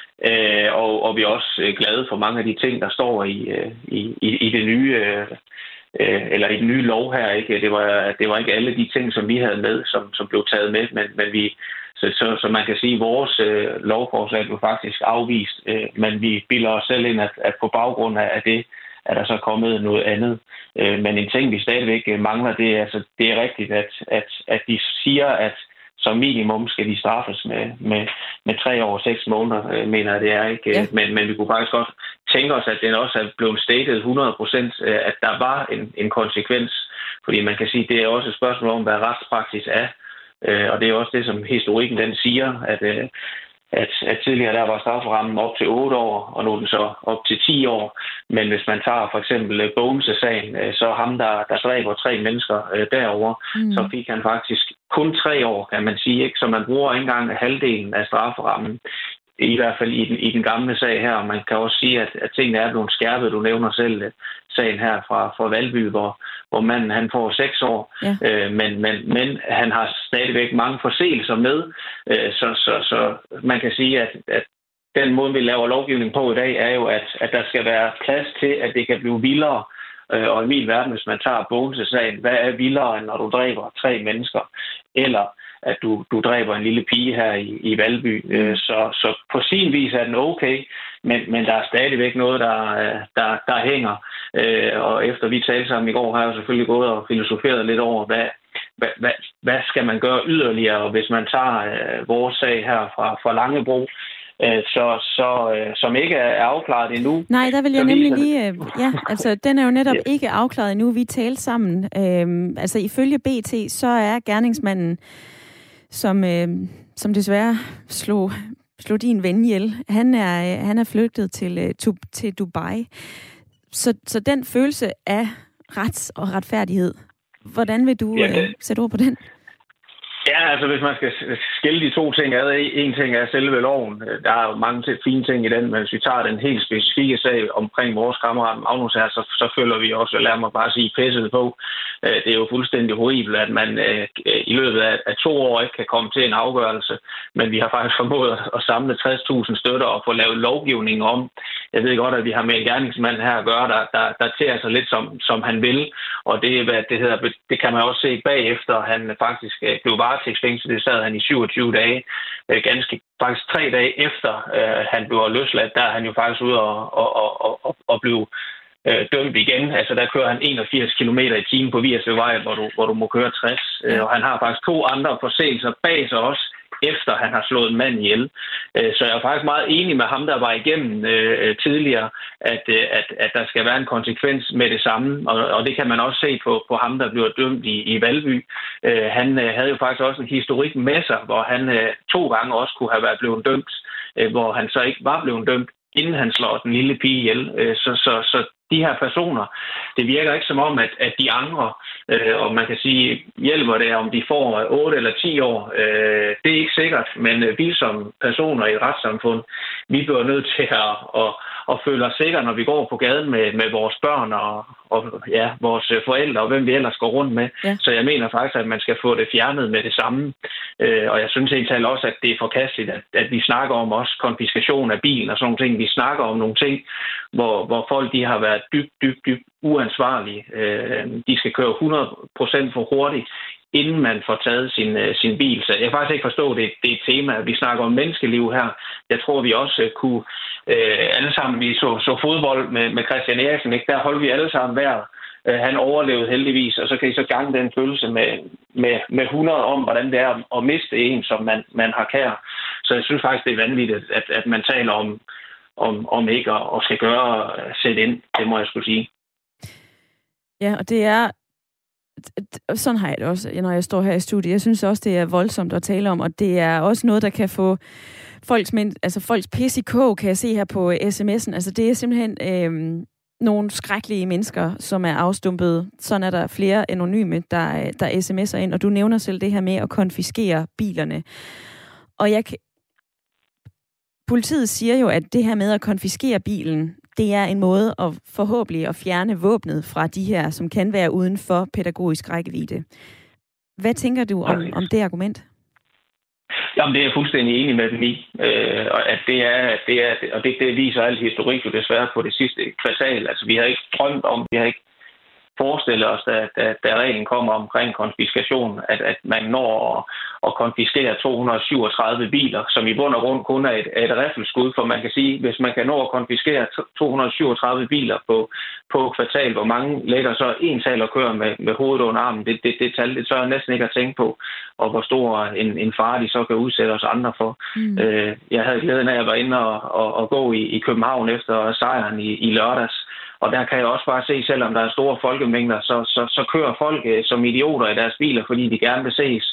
Og vi er også glade for mange af de ting, der står i det nye, eller i den nye lov her. Ikke? Det var ikke alle de ting, som vi havde med, som blev taget med, men vi... Så man kan sige, at vores lovforslag blev faktisk afvist, men vi bilder os selv ind, at på baggrund af det, er der så kommet noget andet. Men en ting, vi stadigvæk mangler, det er rigtigt, at de siger, at som minimum skal de straffes med 3 år og 6 måneder, mener jeg det er. Ikke? Ja. Men vi kunne faktisk godt tænke os, at den også er blevet stated 100%, at der var en konsekvens. Fordi man kan sige, at det er også et spørgsmål om, hvad retspraksis er. Og det er også det, som historikken den siger, at tidligere der var strafferammen op til 8 år, og nu er den så op til 10 år. Men hvis man tager for eksempel Bogense-sagen, så ham, der dræber 3 mennesker derover, så fik han faktisk kun 3 år, kan man sige. Ikke? Så man bruger ikke engang halvdelen af strafferammen. I hvert fald i den gamle sag her. Man kan også sige, at tingene er blevet skærpet. Du nævner selv sagen her fra Valby, hvor manden han får 6 år. Ja. Men han har stadigvæk mange forseelser med. Så man kan sige, at den måde, vi laver lovgivning på i dag, er jo, at der skal være plads til, at det kan blive vildere. Og i min verden, hvis man tager Bogense-sagen, hvad er vildere, end når du dræber 3 mennesker? Eller at du dræber en lille pige her i Valby. Så på sin vis er den okay, men der er stadigvæk noget, der hænger. Og efter vi talte sammen i går, har jeg selvfølgelig gået og filosoferet lidt over, hvad skal man gøre yderligere, hvis man tager vores sag her fra Langebro, som ikke er afklaret endnu. Nej, der vil jeg nemlig lige... altså, den er jo netop ikke afklaret endnu. Vi talte sammen. Altså, ifølge BT, så er gerningsmanden, som desværre slog din ven ihjel, han er flygtet til Dubai. Så den følelse af ret og retfærdighed, hvordan vil du sætte ord på den? Ja, altså hvis man skal skille de 2 ting ad, en ting er selve loven. Der er jo mange fine ting i den, men hvis vi tager den helt specifikke sag omkring vores kammerat Magnus her, så føler vi også, lad mig bare sige, pisset på. Det er jo fuldstændig horribelt, at man i løbet af 2 år ikke kan komme til en afgørelse, men vi har faktisk formået at samle 60.000 støtter og få lavet lovgivning om. Jeg ved godt, at vi har med en gerningsmand her at gøre, der tager sig lidt som han vil, og det kan man også se bagefter, han faktisk blev varetægtsfængslet. Det sad han i 27 dage. Faktisk 3 dage efter han blev løsladt, der er han jo faktisk ude og blev dømt igen. Altså der kører han 81 km/t på Vigerslev Vej, hvor du må køre 60. Og han har faktisk 2 andre forseelser bag sig også efter han har slået en mand ihjel. Så jeg er faktisk meget enig med ham, der var igennem tidligere, at der skal være en konsekvens med det samme. Og det kan man også se på ham, der bliver dømt i Valby. Han havde jo faktisk også en historik med sig, hvor han 2 gange også kunne have været blevet dømt, hvor han så ikke var blevet dømt, inden han slår den lille pige ihjel. Så de her personer, det virker ikke som om, at de angrer, og man kan sige, hjælper det, om de får 8 eller 10 år. Det er ikke sikkert, men vi som personer i et retssamfund, vi bliver nødt til at føle os sikre, når vi går på gaden med vores børn og vores forældre og hvem vi ellers går rundt med. Ja. Så jeg mener faktisk, at man skal få det fjernet med det samme. Og jeg synes helt talt også, at det er forkasteligt, at vi snakker om også konfiskation af bilen og sådan nogle ting. Vi snakker om nogle ting, hvor folk de har været dybt uansvarlige. De skal køre 100% for hurtigt, inden man får taget sin bil. Så jeg kan faktisk ikke forstå, det er et tema. Vi snakker om menneskeliv her. Jeg tror, vi også kunne alle sammen, vi så fodbold med Christian Eriksen, ikke? Der holdt vi alle sammen hver. Han overlevede heldigvis, og så kan I så gange den følelse med 100 om, hvordan det er at miste en, som man har kær. Så jeg synes faktisk, det er vanvittigt, at man taler om ikke at skal sætte ind. Det må jeg skulle sige. Ja, og det er sådan har jeg det også, når jeg står her i studiet. Jeg synes også, det er voldsomt at tale om, og det er også noget, der kan få folks pis i kog, kan jeg se her på sms'en. Altså, det er simpelthen nogle skrækkelige mennesker, som er afstumpet. Sådan er der flere anonyme, der sms'er ind, og du nævner selv det her med at konfiskere bilerne. Og politiet siger jo, at det her med at konfiskere bilen, det er en måde at forhåbentlig at fjerne våbnet fra de her, som kan være uden for pædagogisk rækkevidde. Hvad tænker du om det argument? Jamen, det er jeg fuldstændig enig med dem i. At det viser al historik jo desværre på det sidste kvartal. Altså, vi har ikke drømt om, vi har ikke forestillet os, da reglen kommer omkring konfiskation, at man når at konfiskere 237 biler, som i bund og grund kun er et riffelskud, for man kan sige, hvis man kan nå at konfiskere 237 biler på kvartal, hvor mange lægger så en tal og kører med hovedet under armen, det tal, det tør jeg næsten ikke at tænke på, og hvor stor en fare de så kan udsætte os andre for. Jeg havde glæden af at være inde og gå i København efter sejren i lørdags. Og der kan jeg også bare se, selvom der er store folkemængder, så kører folk som idioter i deres biler, fordi de gerne vil ses.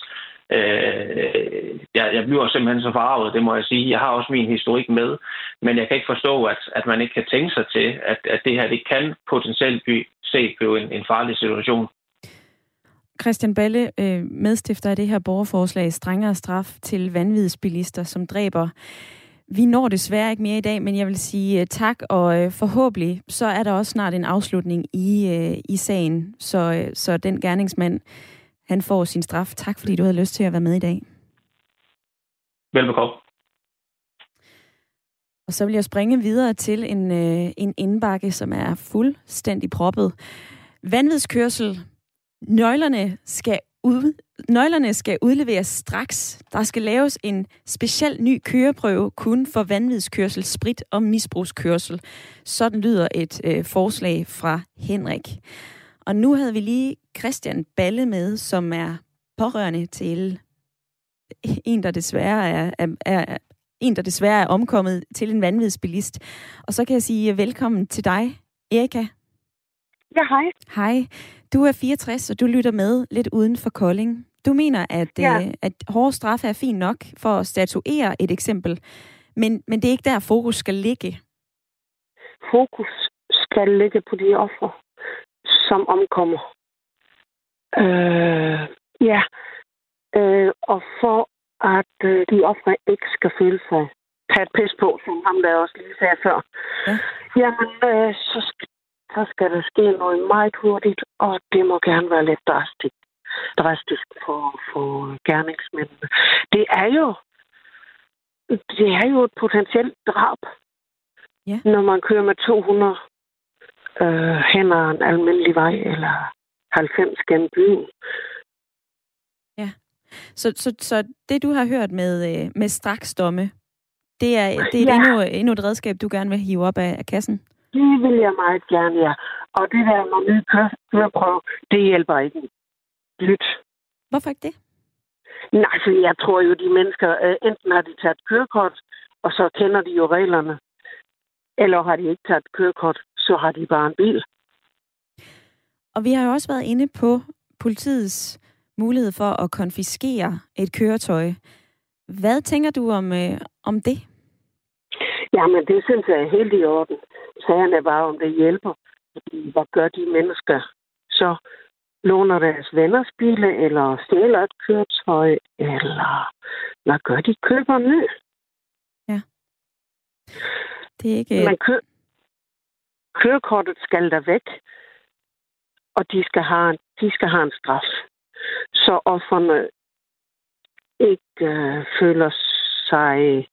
Jeg bliver simpelthen så forarvet, det må jeg sige. Jeg har også min historik med, men jeg kan ikke forstå, at man ikke kan tænke sig til, at det her det kan potentielt blive en farlig situation. Christian Balle, medstifter af det her borgerforslag, strengere straf til vanvidsbilister, som dræber. Vi når desværre ikke mere i dag, men jeg vil sige tak, og forhåbentlig så er der også snart en afslutning i sagen, så den gerningsmand, han får sin straf. Tak, fordi du havde lyst til at være med i dag. Velbekomme. Og så vil jeg springe videre til en indbakke, som er fuldstændig proppet. Vanvidskørsel. Nøglerne skal udleveres straks. Der skal laves en speciel ny køreprøve kun for vanvidskørsel, sprit og misbrugskørsel. Sådan lyder et forslag fra Henrik. Og nu havde vi lige Christian Balle med, som er pårørende til en, der desværre er omkommet til en vanvidsbilist. Og så kan jeg sige velkommen til dig, Erika. Ja, hej. Hej. Du er 64, og du lytter med lidt uden for Kolding. Du mener, at hårde straffe er fint nok for at statuere et eksempel, men det er ikke der, fokus skal ligge. Fokus skal ligge på de ofre, som omkommer. Og for at de ofre ikke skal føle sig taget pis på, som ham der også lige sagde før. Ja. Jamen, så skal der ske noget meget hurtigt, og det må gerne være lidt drastisk for gerningsmændene. Det er jo et potentielt drab, når man kører med 200 hen ad en almindelig vej, eller 90 gennem byen. Ja, så det du har hørt med straksdomme, det er endnu et redskab, du gerne vil hive op af kassen? Det vil jeg meget gerne, ja. Og det der med ny køreprøve, det hjælper ikke. Lyt. Hvorfor ikke det? Nej, for jeg tror jo, de mennesker, enten har de taget kørekort, og så kender de jo reglerne. Eller har de ikke taget kørekort, så har de bare en bil. Og vi har jo også været inde på politiets mulighed for at konfiskere et køretøj. Hvad tænker du om det? Jamen, det synes jeg er helt i orden. Sagen er bare, om det hjælper. Hvad gør de mennesker? Så låner deres venners biler, eller stjæler et køretøj, eller hvad gør de? Køber en ny? Ja. Det er ikke... Men kørekortet skal der væk, og de skal have en straf. Så offerne ikke føler sig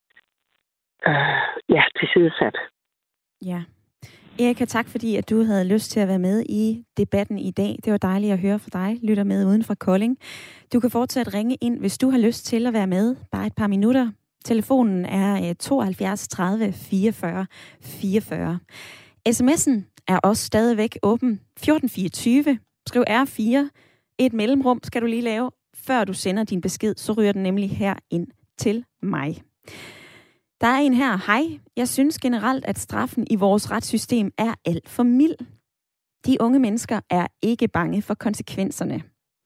tilsidesat. Ja. Erika, tak fordi, at du havde lyst til at være med i debatten i dag. Det var dejligt at høre fra dig, lytter med uden for Kolding. Du kan fortsat ringe ind, hvis du har lyst til at være med. Bare et par minutter. Telefonen er 72 30 44 44. SMS'en er også stadigvæk åben. 1424. Skriv R4. Et mellemrum skal du lige lave, før du sender din besked. Så ryger den nemlig her ind til mig. Der er en her. Hej. Jeg synes generelt, at straffen i vores retssystem er alt for mild. De unge mennesker er ikke bange for konsekvenserne.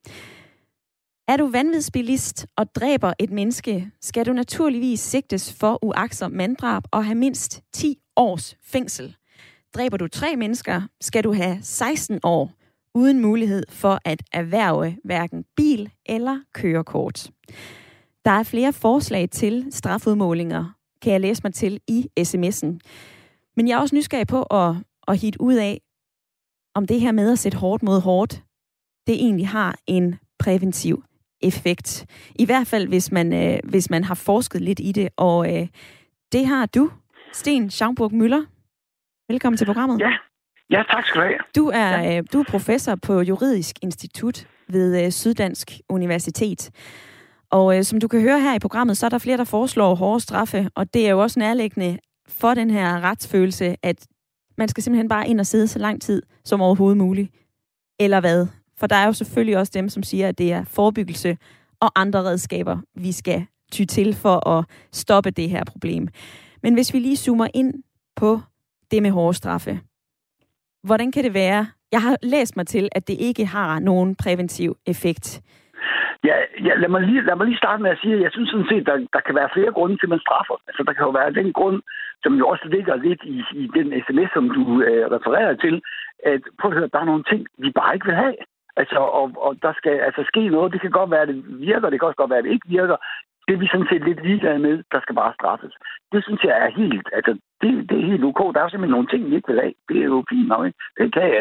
Er du vanvidsbilist og dræber et menneske, skal du naturligvis sigtes for uagtsomt manddrab og have mindst 10 års fængsel. Dræber du 3 mennesker, skal du have 16 år uden mulighed for at erhverve hverken bil eller kørekort. Der er flere forslag til strafudmålinger, kan jeg læse mig til i sms'en. Men jeg er også nysgerrig på at hitte ud af, om det her med at sætte hårdt mod hårdt, det egentlig har en præventiv effekt. I hvert fald, hvis man har forsket lidt i det. Og det har du, Sten Schaumburg Müller. Velkommen til programmet. Ja, tak skal du have. Du er professor på Juridisk Institut ved Syddansk Universitet. Og som du kan høre her i programmet, så er der flere, der foreslår hårde straffe, og det er jo også nærliggende for den her retsfølelse, at man skal simpelthen bare ind og sidde så lang tid som overhovedet muligt. Eller hvad? For der er jo selvfølgelig også dem, som siger, at det er forebyggelse og andre redskaber, vi skal ty til for at stoppe det her problem. Men hvis vi lige zoomer ind på det med hårde straffe. Hvordan kan det være? Jeg har læst mig til, at det ikke har nogen præventiv effekt. Ja, lad mig lige starte med at sige, at jeg synes sådan set, der kan være flere grunde til, at man straffer. Altså, der kan jo være den grund, som jo også ligger lidt i den sms, som du refererer til, at prøv at høre, der er nogle ting, vi bare ikke vil have. Altså, og der skal altså ske noget. Det kan godt være, at det virker, det kan også godt være, at det ikke virker. Det er vi sådan set lidt ligeglade med, der skal bare straffes. Det synes jeg er helt, altså det er helt ok. Der er jo simpelthen nogle ting, vi ikke vil have. Det er jo fint nok, ikke? Det kan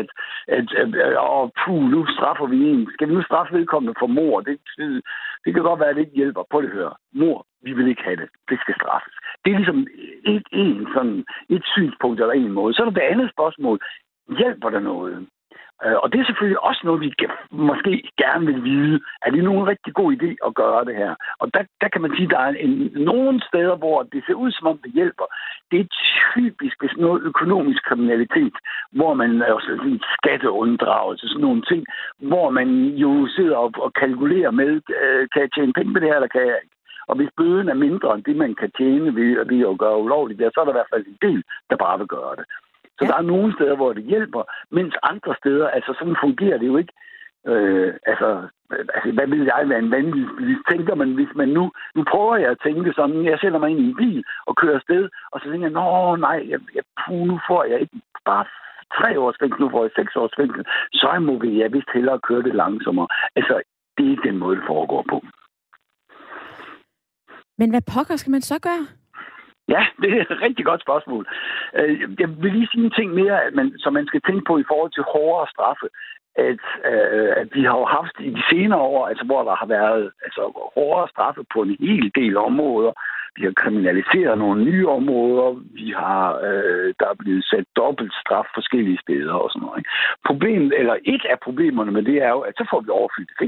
nu straffer vi en. Skal vi nu straffe vedkommende for mord? Det kan godt være, at det ikke hjælper. På det høre. Mord, vi vil ikke have det. Det skal straffes. Det er ligesom et synspunkt eller en måde. Så er der det andet spørgsmål. Hjælper der noget? Og det er selvfølgelig også noget, vi måske gerne vil vide. Er det nogen rigtig god idé at gøre det her? Og der kan man sige, at der er nogle steder, hvor det ser ud, som om det hjælper. Det er typisk, hvis noget økonomisk kriminalitet, hvor man laver sådan skatteunddragelse, sådan nogle ting, hvor man jo sidder og kalkulerer med, kan jeg tjene penge på det her, eller kan jeg ikke? Og hvis bøden er mindre end det, man kan tjene ved at gøre ulovligt, så er der i hvert fald en del, der bare vil gøre det. Så der er nogle steder, hvor det hjælper, mens andre steder, altså sådan fungerer det jo ikke. Hvad vil jeg være en vanvittig? Tænker man, hvis man nu prøver jeg at tænke sådan, jeg sætter mig ind i en bil og kører afsted, og så tænker jeg, nu får jeg ikke bare 3 års fængsel, nu får jeg 6 års fængsel, så må jeg vist hellere køre det langsommere. Altså, det er ikke den måde, det foregår på. Men hvad pokker skal man så gøre? Ja, det er et rigtig godt spørgsmål. Jeg vil lige sige en ting mere, som man skal tænke på i forhold til hårdere straffe. At vi har jo haft i de senere år, altså hvor der har været hårdere straffe på en hel del områder. Vi har kriminaliseret nogle nye områder. Der er blevet sat dobbelt straf forskellige steder og sådan noget. Et af problemerne med det er jo, at så får vi overfyldt fængsler.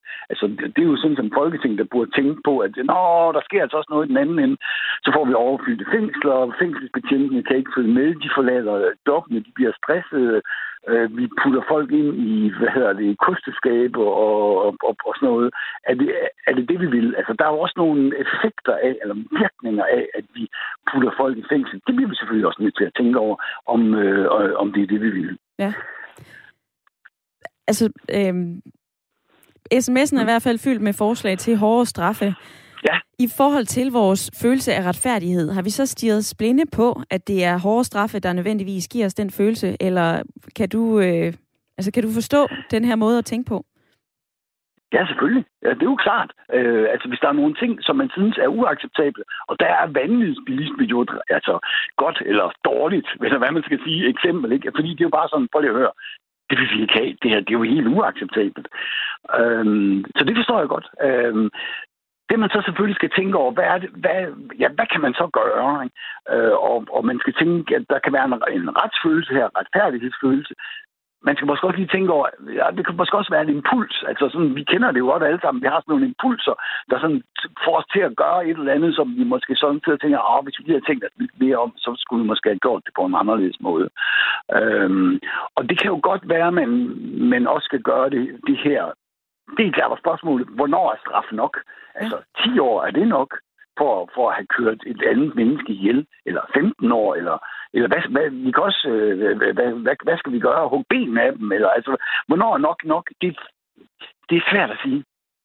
Altså, det er jo sådan som Folketing, der burde tænke på, at der sker altså også noget i den anden ende. Så får vi overfyldte fængsler, og fængselsbetjentene kan ikke følge med, de forlader jobbene, de bliver stressede. Vi putter folk ind i, kosteskab og sådan noget. Er det, vi vil? Altså, der er jo også nogle effekter af, eller virkninger af, at vi putter folk i fængsel. Det bliver vi selvfølgelig også nødt til at tænke over, om det er det, vi vil. Ja. Altså, sms'en er i hvert fald fyldt med forslag til hårdere straffe. Ja. I forhold til vores følelse af retfærdighed, har vi så stirret blinde på, at det er hårde straffe, der nødvendigvis giver os den følelse, eller kan du forstå den her måde at tænke på? Ja, selvfølgelig. Ja, det er jo klart. Hvis der er nogle ting, som man synes er uacceptable, og der er vanvidsbilisme jo godt eller dårligt, eller hvad man skal sige, eksempel, ikke? Fordi det er jo bare sådan, prøv lige at høre, det vil vi ikke have. Det her, det er jo helt uacceptabelt. Så det forstår jeg godt. Det man så selvfølgelig skal tænke over, hvad kan man så gøre? Ikke? Og man skal tænke, at der kan være en retsfølelse her, retfærdighedsfølelse. Man skal måske også lige tænke over, det kan måske også være en impuls. Altså sådan, vi kender det jo godt alle sammen. Vi har sådan nogle impulser, der sådan får os til at gøre et eller andet, som vi måske sådan til at tænke, hvis vi lige havde tænkt lidt mere om, så skulle vi måske have gjort det på en anderledes måde. Og det kan jo godt være, at man også skal gøre det her. Det er klart spørgsmålet, hvornår er straf nok? Altså 10 år, er det nok for at have kørt et andet menneske ihjel? Eller 15 år? Eller vi kan også, hvad skal vi gøre? Hugge ben af dem? Eller, altså, hvornår er nok? Det er svært at sige.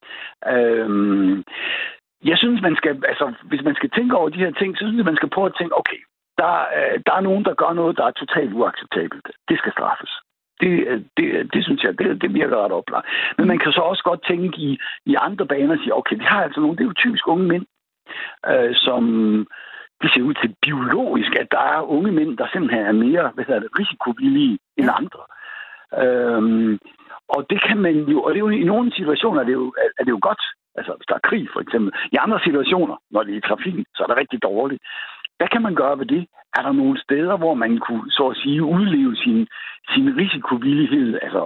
Jeg synes, hvis man skal tænke over de her ting, så synes jeg, man skal prøve at tænke, okay, der er nogen, der gør noget, der er totalt uacceptabelt. Det skal straffes. Det synes jeg, det virker ret oplagt. Men man kan så også godt tænke i andre baner og sige, okay, vi har altså nogle, det er jo typisk unge mænd, som det ser ud til biologisk, at der er unge mænd, der simpelthen er mere risikovillige end andre. Og det kan man jo, og det er jo i nogle situationer er det jo godt. Altså, hvis der er krig, for eksempel. I andre situationer, når det er i trafikken, så er det rigtig dårligt. Hvad kan man gøre ved det? Er der nogle steder, hvor man kunne, så at sige, udleve sin risikovillighed? Altså,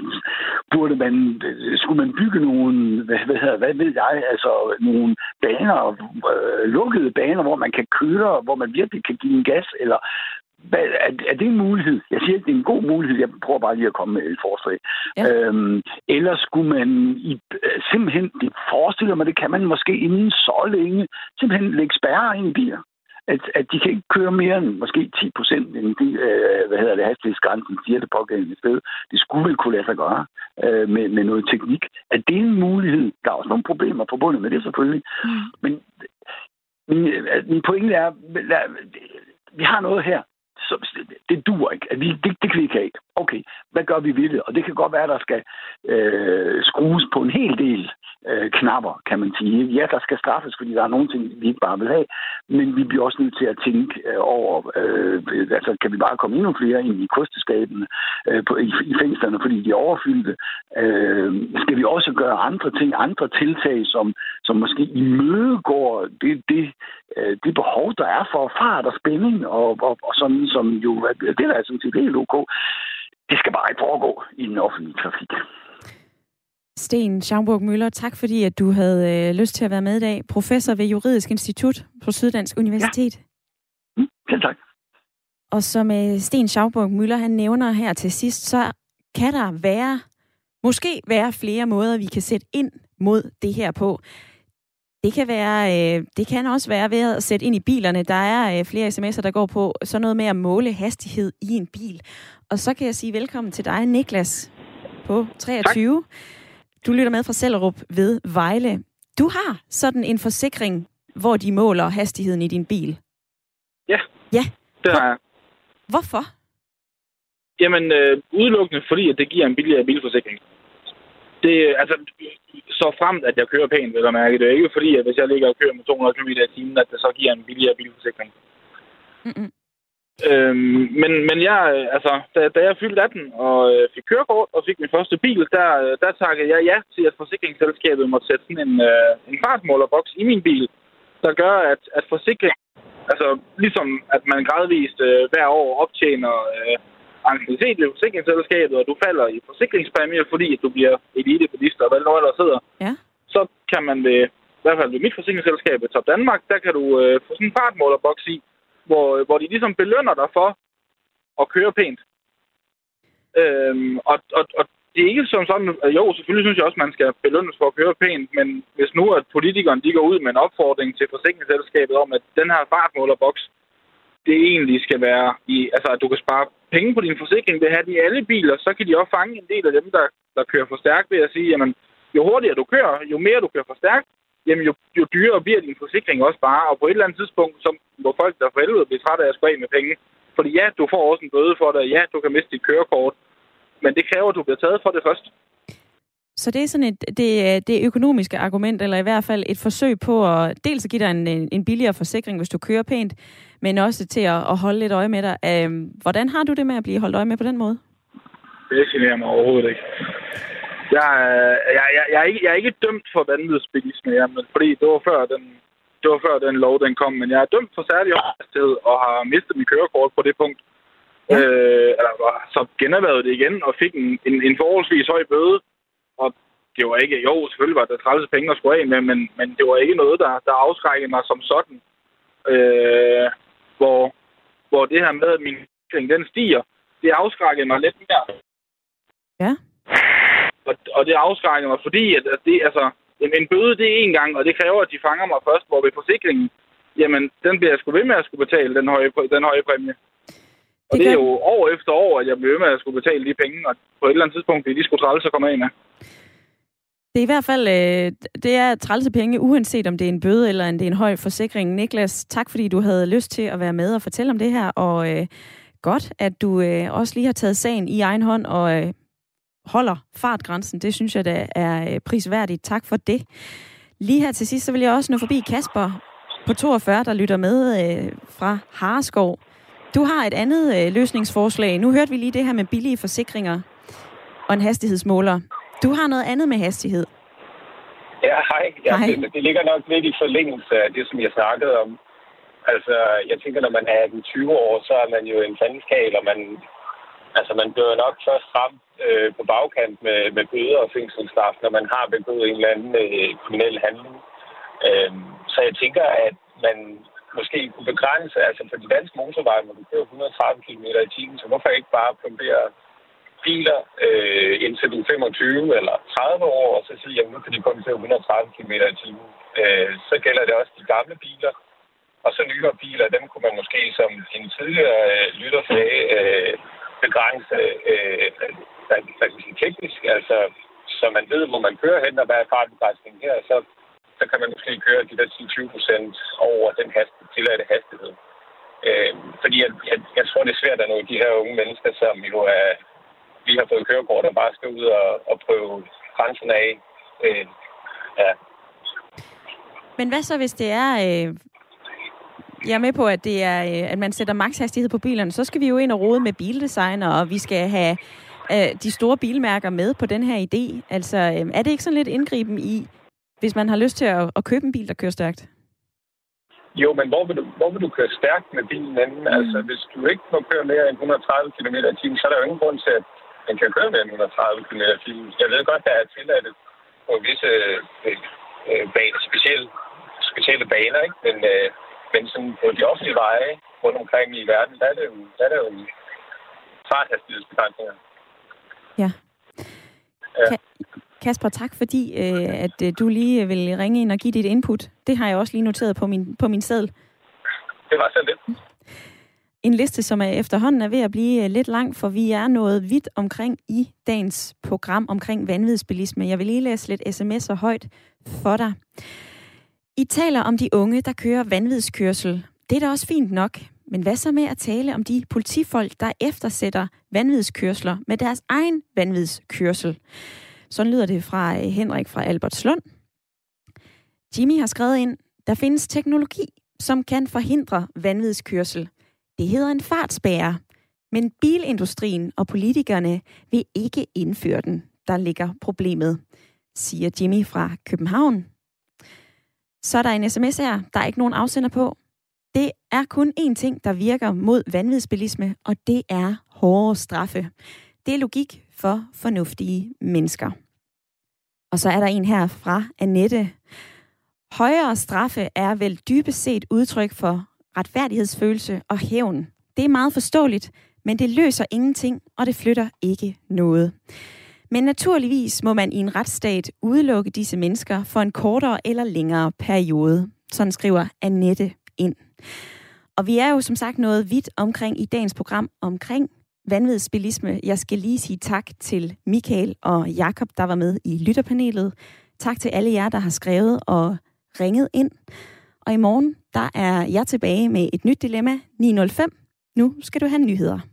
skulle man bygge nogle, hvad ved jeg, altså nogle baner, lukkede baner, hvor man kan køre, hvor man virkelig kan give en gas, eller er det en mulighed? Jeg siger ikke, det er en god mulighed. Jeg prøver bare lige at komme med et forslag. Ja. Eller skulle man simpelthen, det forestiller mig, det kan man måske inden så længe, simpelthen lægge spærrer ind i biler. At de kan ikke køre mere end måske 10% end de, hastighedsgrænsen siger det pågældende sted. Det skulle vel kunne lade sig gøre med noget teknik. At det er en mulighed. Der er også nogle problemer forbundet med det selvfølgelig. Men min pointe er, vi har noget her. Det duer ikke. Det kan vi ikke have. Okay, hvad gør vi ved det? Og det kan godt være, at der skal skrues på en hel del knapper, kan man sige. Ja, der skal straffes, fordi der er nogle ting, vi ikke bare vil have, men vi bliver også nødt til at tænke over, kan vi bare komme endnu flere ind i kosteskabene i fængslerne, fordi de er overfyldte? Skal vi også gøre andre ting, andre tiltag, som måske imødegår det behov, der er for fart og spænding, og sådan, som jo, det der er sådan set helt ok. Det skal bare ikke foregå i den offentlige trafik. Sten Schaumburg-Müller, tak fordi at du havde lyst til at være med i dag. Professor ved Juridisk Institut på Syddansk Universitet. Ja. Selv tak. Og som Sten Schaumburg-Müller han nævner her til sidst, så kan der måske være flere måder, vi kan sætte ind mod det her på. Det kan også være ved at sætte ind i bilerne. Der er flere sms'er, der går på sådan noget med at måle hastighed i en bil. Og så kan jeg sige velkommen til dig, Niklas, på 23. Tak. Du lytter med fra Sellerup ved Vejle. Du har sådan en forsikring, hvor de måler hastigheden i din bil. Ja, det har jeg. Hvorfor? Jamen, udelukkende fordi, at det giver en billigere bilforsikring. Det, altså, så fremt, at jeg kører pænt, vil jeg mærke. Det er ikke fordi, at hvis jeg ligger og kører med 200 km i timen, at det så giver en billigere bilforsikring. Men jeg, altså, da jeg fyldte 18 og fik kørekort og fik min første bil, der takkede jeg ja til, at forsikringsselskabet måtte sætte sådan en fartmålerboks i min bil, der gør, at forsikring, altså ligesom at man gradvist hver år optjener anciennitet ved forsikringsselskabet, og du falder i forsikringspræmier, fordi du bliver elitebilist, og hvad noget der sidder, så kan man i hvert fald ved mit forsikringsselskab i Top Danmark, der kan du få sådan en fartmålerboks i, hvor de ligesom belønner dig for at køre pænt. Og det er ikke som sådan, jo, selvfølgelig synes jeg også, man skal belønnes for at køre pænt, men hvis nu, at politikerne de går ud med en opfordring til forsikringsselskabet om, at den her fartmålerboks, det egentlig skal være at du kan spare penge på din forsikring, det have de i alle biler, så kan de også fange en del af dem, der kører for stærkt ved at sige, jamen, jo hurtigere du kører, jo mere du kører for stærkt, jamen jo dyrere bliver din forsikring også bare, og på et eller andet tidspunkt, så må folk, der for helvede bliver trætte af at skulle af med penge. Fordi ja, du får også en bøde for det, ja, du kan miste dit kørekort, men det kræver, at du bliver taget for det først. Så det er sådan det økonomiske argument, eller i hvert fald et forsøg på at dels at give dig en billigere forsikring, hvis du kører pænt, men også til at holde lidt øje med dig. Hvordan har du det med at blive holdt øje med på den måde? Det generer mig overhovedet ikke. Jeg er ikke dømt for vanvidsbilisme, fordi det var før den lov den kom, men jeg er dømt for særlig hastighed og har mistet mit kørekort på det punkt. Ja. Så generhvervede det igen og fik en forholdsvis høj bøde. Og det var ikke, jo, selvfølgelig var der 30 penge at skulle af med, men det var ikke noget, der afskrækkede mig som sådan. Hvor det her med, at min forsikring den stiger, det afskrækkede mig lidt mere. Ja. Og det afskrækkede mig, fordi at det, en bøde det er én gang, og det kræver, at de fanger mig først, hvor ved forsikringen, jamen, den bliver jeg sgu ved med at skulle betale, den høje præmie. Og det er jo år efter år, at jeg bliver ved med at skulle betale de penge, og på et eller andet tidspunkt bliver de sgu træls at komme af med. Det er i hvert fald det er trælse penge, uanset om det er en bøde eller det er en høj forsikring. Niklas, tak fordi du havde lyst til at være med og fortælle om det her, og godt, at du også lige har taget sagen i egen hånd og holder fartgrænsen. Det synes jeg, da er prisværdigt. Tak for det. Lige her til sidst, så vil jeg også nå forbi Kasper på 42, der lytter med fra Hareskov. Du har et andet løsningsforslag. Nu hørte vi lige det her med billige forsikringer og en hastighedsmåler. Du har noget andet med hastighed. Ja, hej. Det ligger nok lidt i forlængelse af det, som jeg snakkede om. Altså, jeg tænker, når man er 20 år, så er man jo en sandskal, og man bliver nok først frem på bagkant med bøder og fængselsstraf, når man har begået en eller anden kriminel handling. Så jeg tænker, at man måske kunne begrænse, altså på de danske motorveje, hvor du kører 130 km i timen, så hvorfor ikke bare plombere biler indtil du er 25 eller 30 år, og så sige, at nu kan de komme til 130 km i timen. Så gælder det også de gamle biler, og så nyere biler, dem kunne man måske, som en tidligere lytter sagde, begrænse teknisk, altså så man ved, hvor man kører hen, og hvad er fartbegrænsningen her, så kan man måske køre de der 10-20% over den tilladte hastighed. Fordi jeg tror, det er svært at nå de her unge mennesker, som jo lige har fået kørekort og bare skal ud og prøve grænsen af. Men hvad så, hvis det er... Jeg er med på, at det er, at man sætter makshastighed på bilerne. Så skal vi jo ind og rode med bildesigner, og vi skal have de store bilmærker med på den her idé. Altså, er det ikke sådan lidt indgriben i, hvis man har lyst til at købe en bil, der kører stærkt? Jo, men hvor vil du køre stærkt med bilen anden? Altså, hvis du ikke må køre mere end 130 km i timen, så er der jo ingen grund til, at man kan køre mere end 130 km i timen. Jeg ved godt, der er tilladt på visse specielle baner, ikke? Men sådan på de offentlige veje rundt omkring i verden, der er det jo farthastighedsbegrænsninger. Ja. Kasper, tak fordi at du lige vil ringe ind og give dit input. Det har jeg også lige noteret på min seddel. Det var så lidt. En liste, som efterhånden er ved at blive lidt lang, for vi er nået vidt omkring i dagens program omkring vanvidsbilisme. Jeg vil lige læse lidt sms'er højt for dig. I taler om de unge, der kører vanvidskørsel. Det er da også fint nok. Men hvad så med at tale om de politifolk, der eftersætter vanvidskørsler med deres egen vanvidskørsel? Sådan lyder det fra Henrik fra Albertslund. Jimmy har skrevet ind, der findes teknologi, som kan forhindre vanvidskørsel. Det hedder en fartspærre. Men bilindustrien og politikerne vil ikke indføre den. Der ligger problemet, siger Jimmy fra København. Så er der en sms her, der er ikke nogen afsender på. Det er kun én ting, der virker mod vanvidsbilisme, og det er hårdere straffe. Det er logik for fornuftige mennesker. Og så er der en her fra Annette. Højere straffe er vel dybest set udtryk for retfærdighedsfølelse og hævn. Det er meget forståeligt, men det løser ingenting, og det flytter ikke noget. Men naturligvis må man i en retsstat udelukke disse mennesker for en kortere eller længere periode. Sådan skriver Annette ind. Og vi er jo som sagt nået vidt omkring i dagens program omkring vanvidsbilisme. Jeg skal lige sige tak til Michael og Jakob, der var med i lytterpanelet. Tak til alle jer, der har skrevet og ringet ind. Og i morgen, der er jeg tilbage med et nyt dilemma 9:05. Nu skal du have nyheder.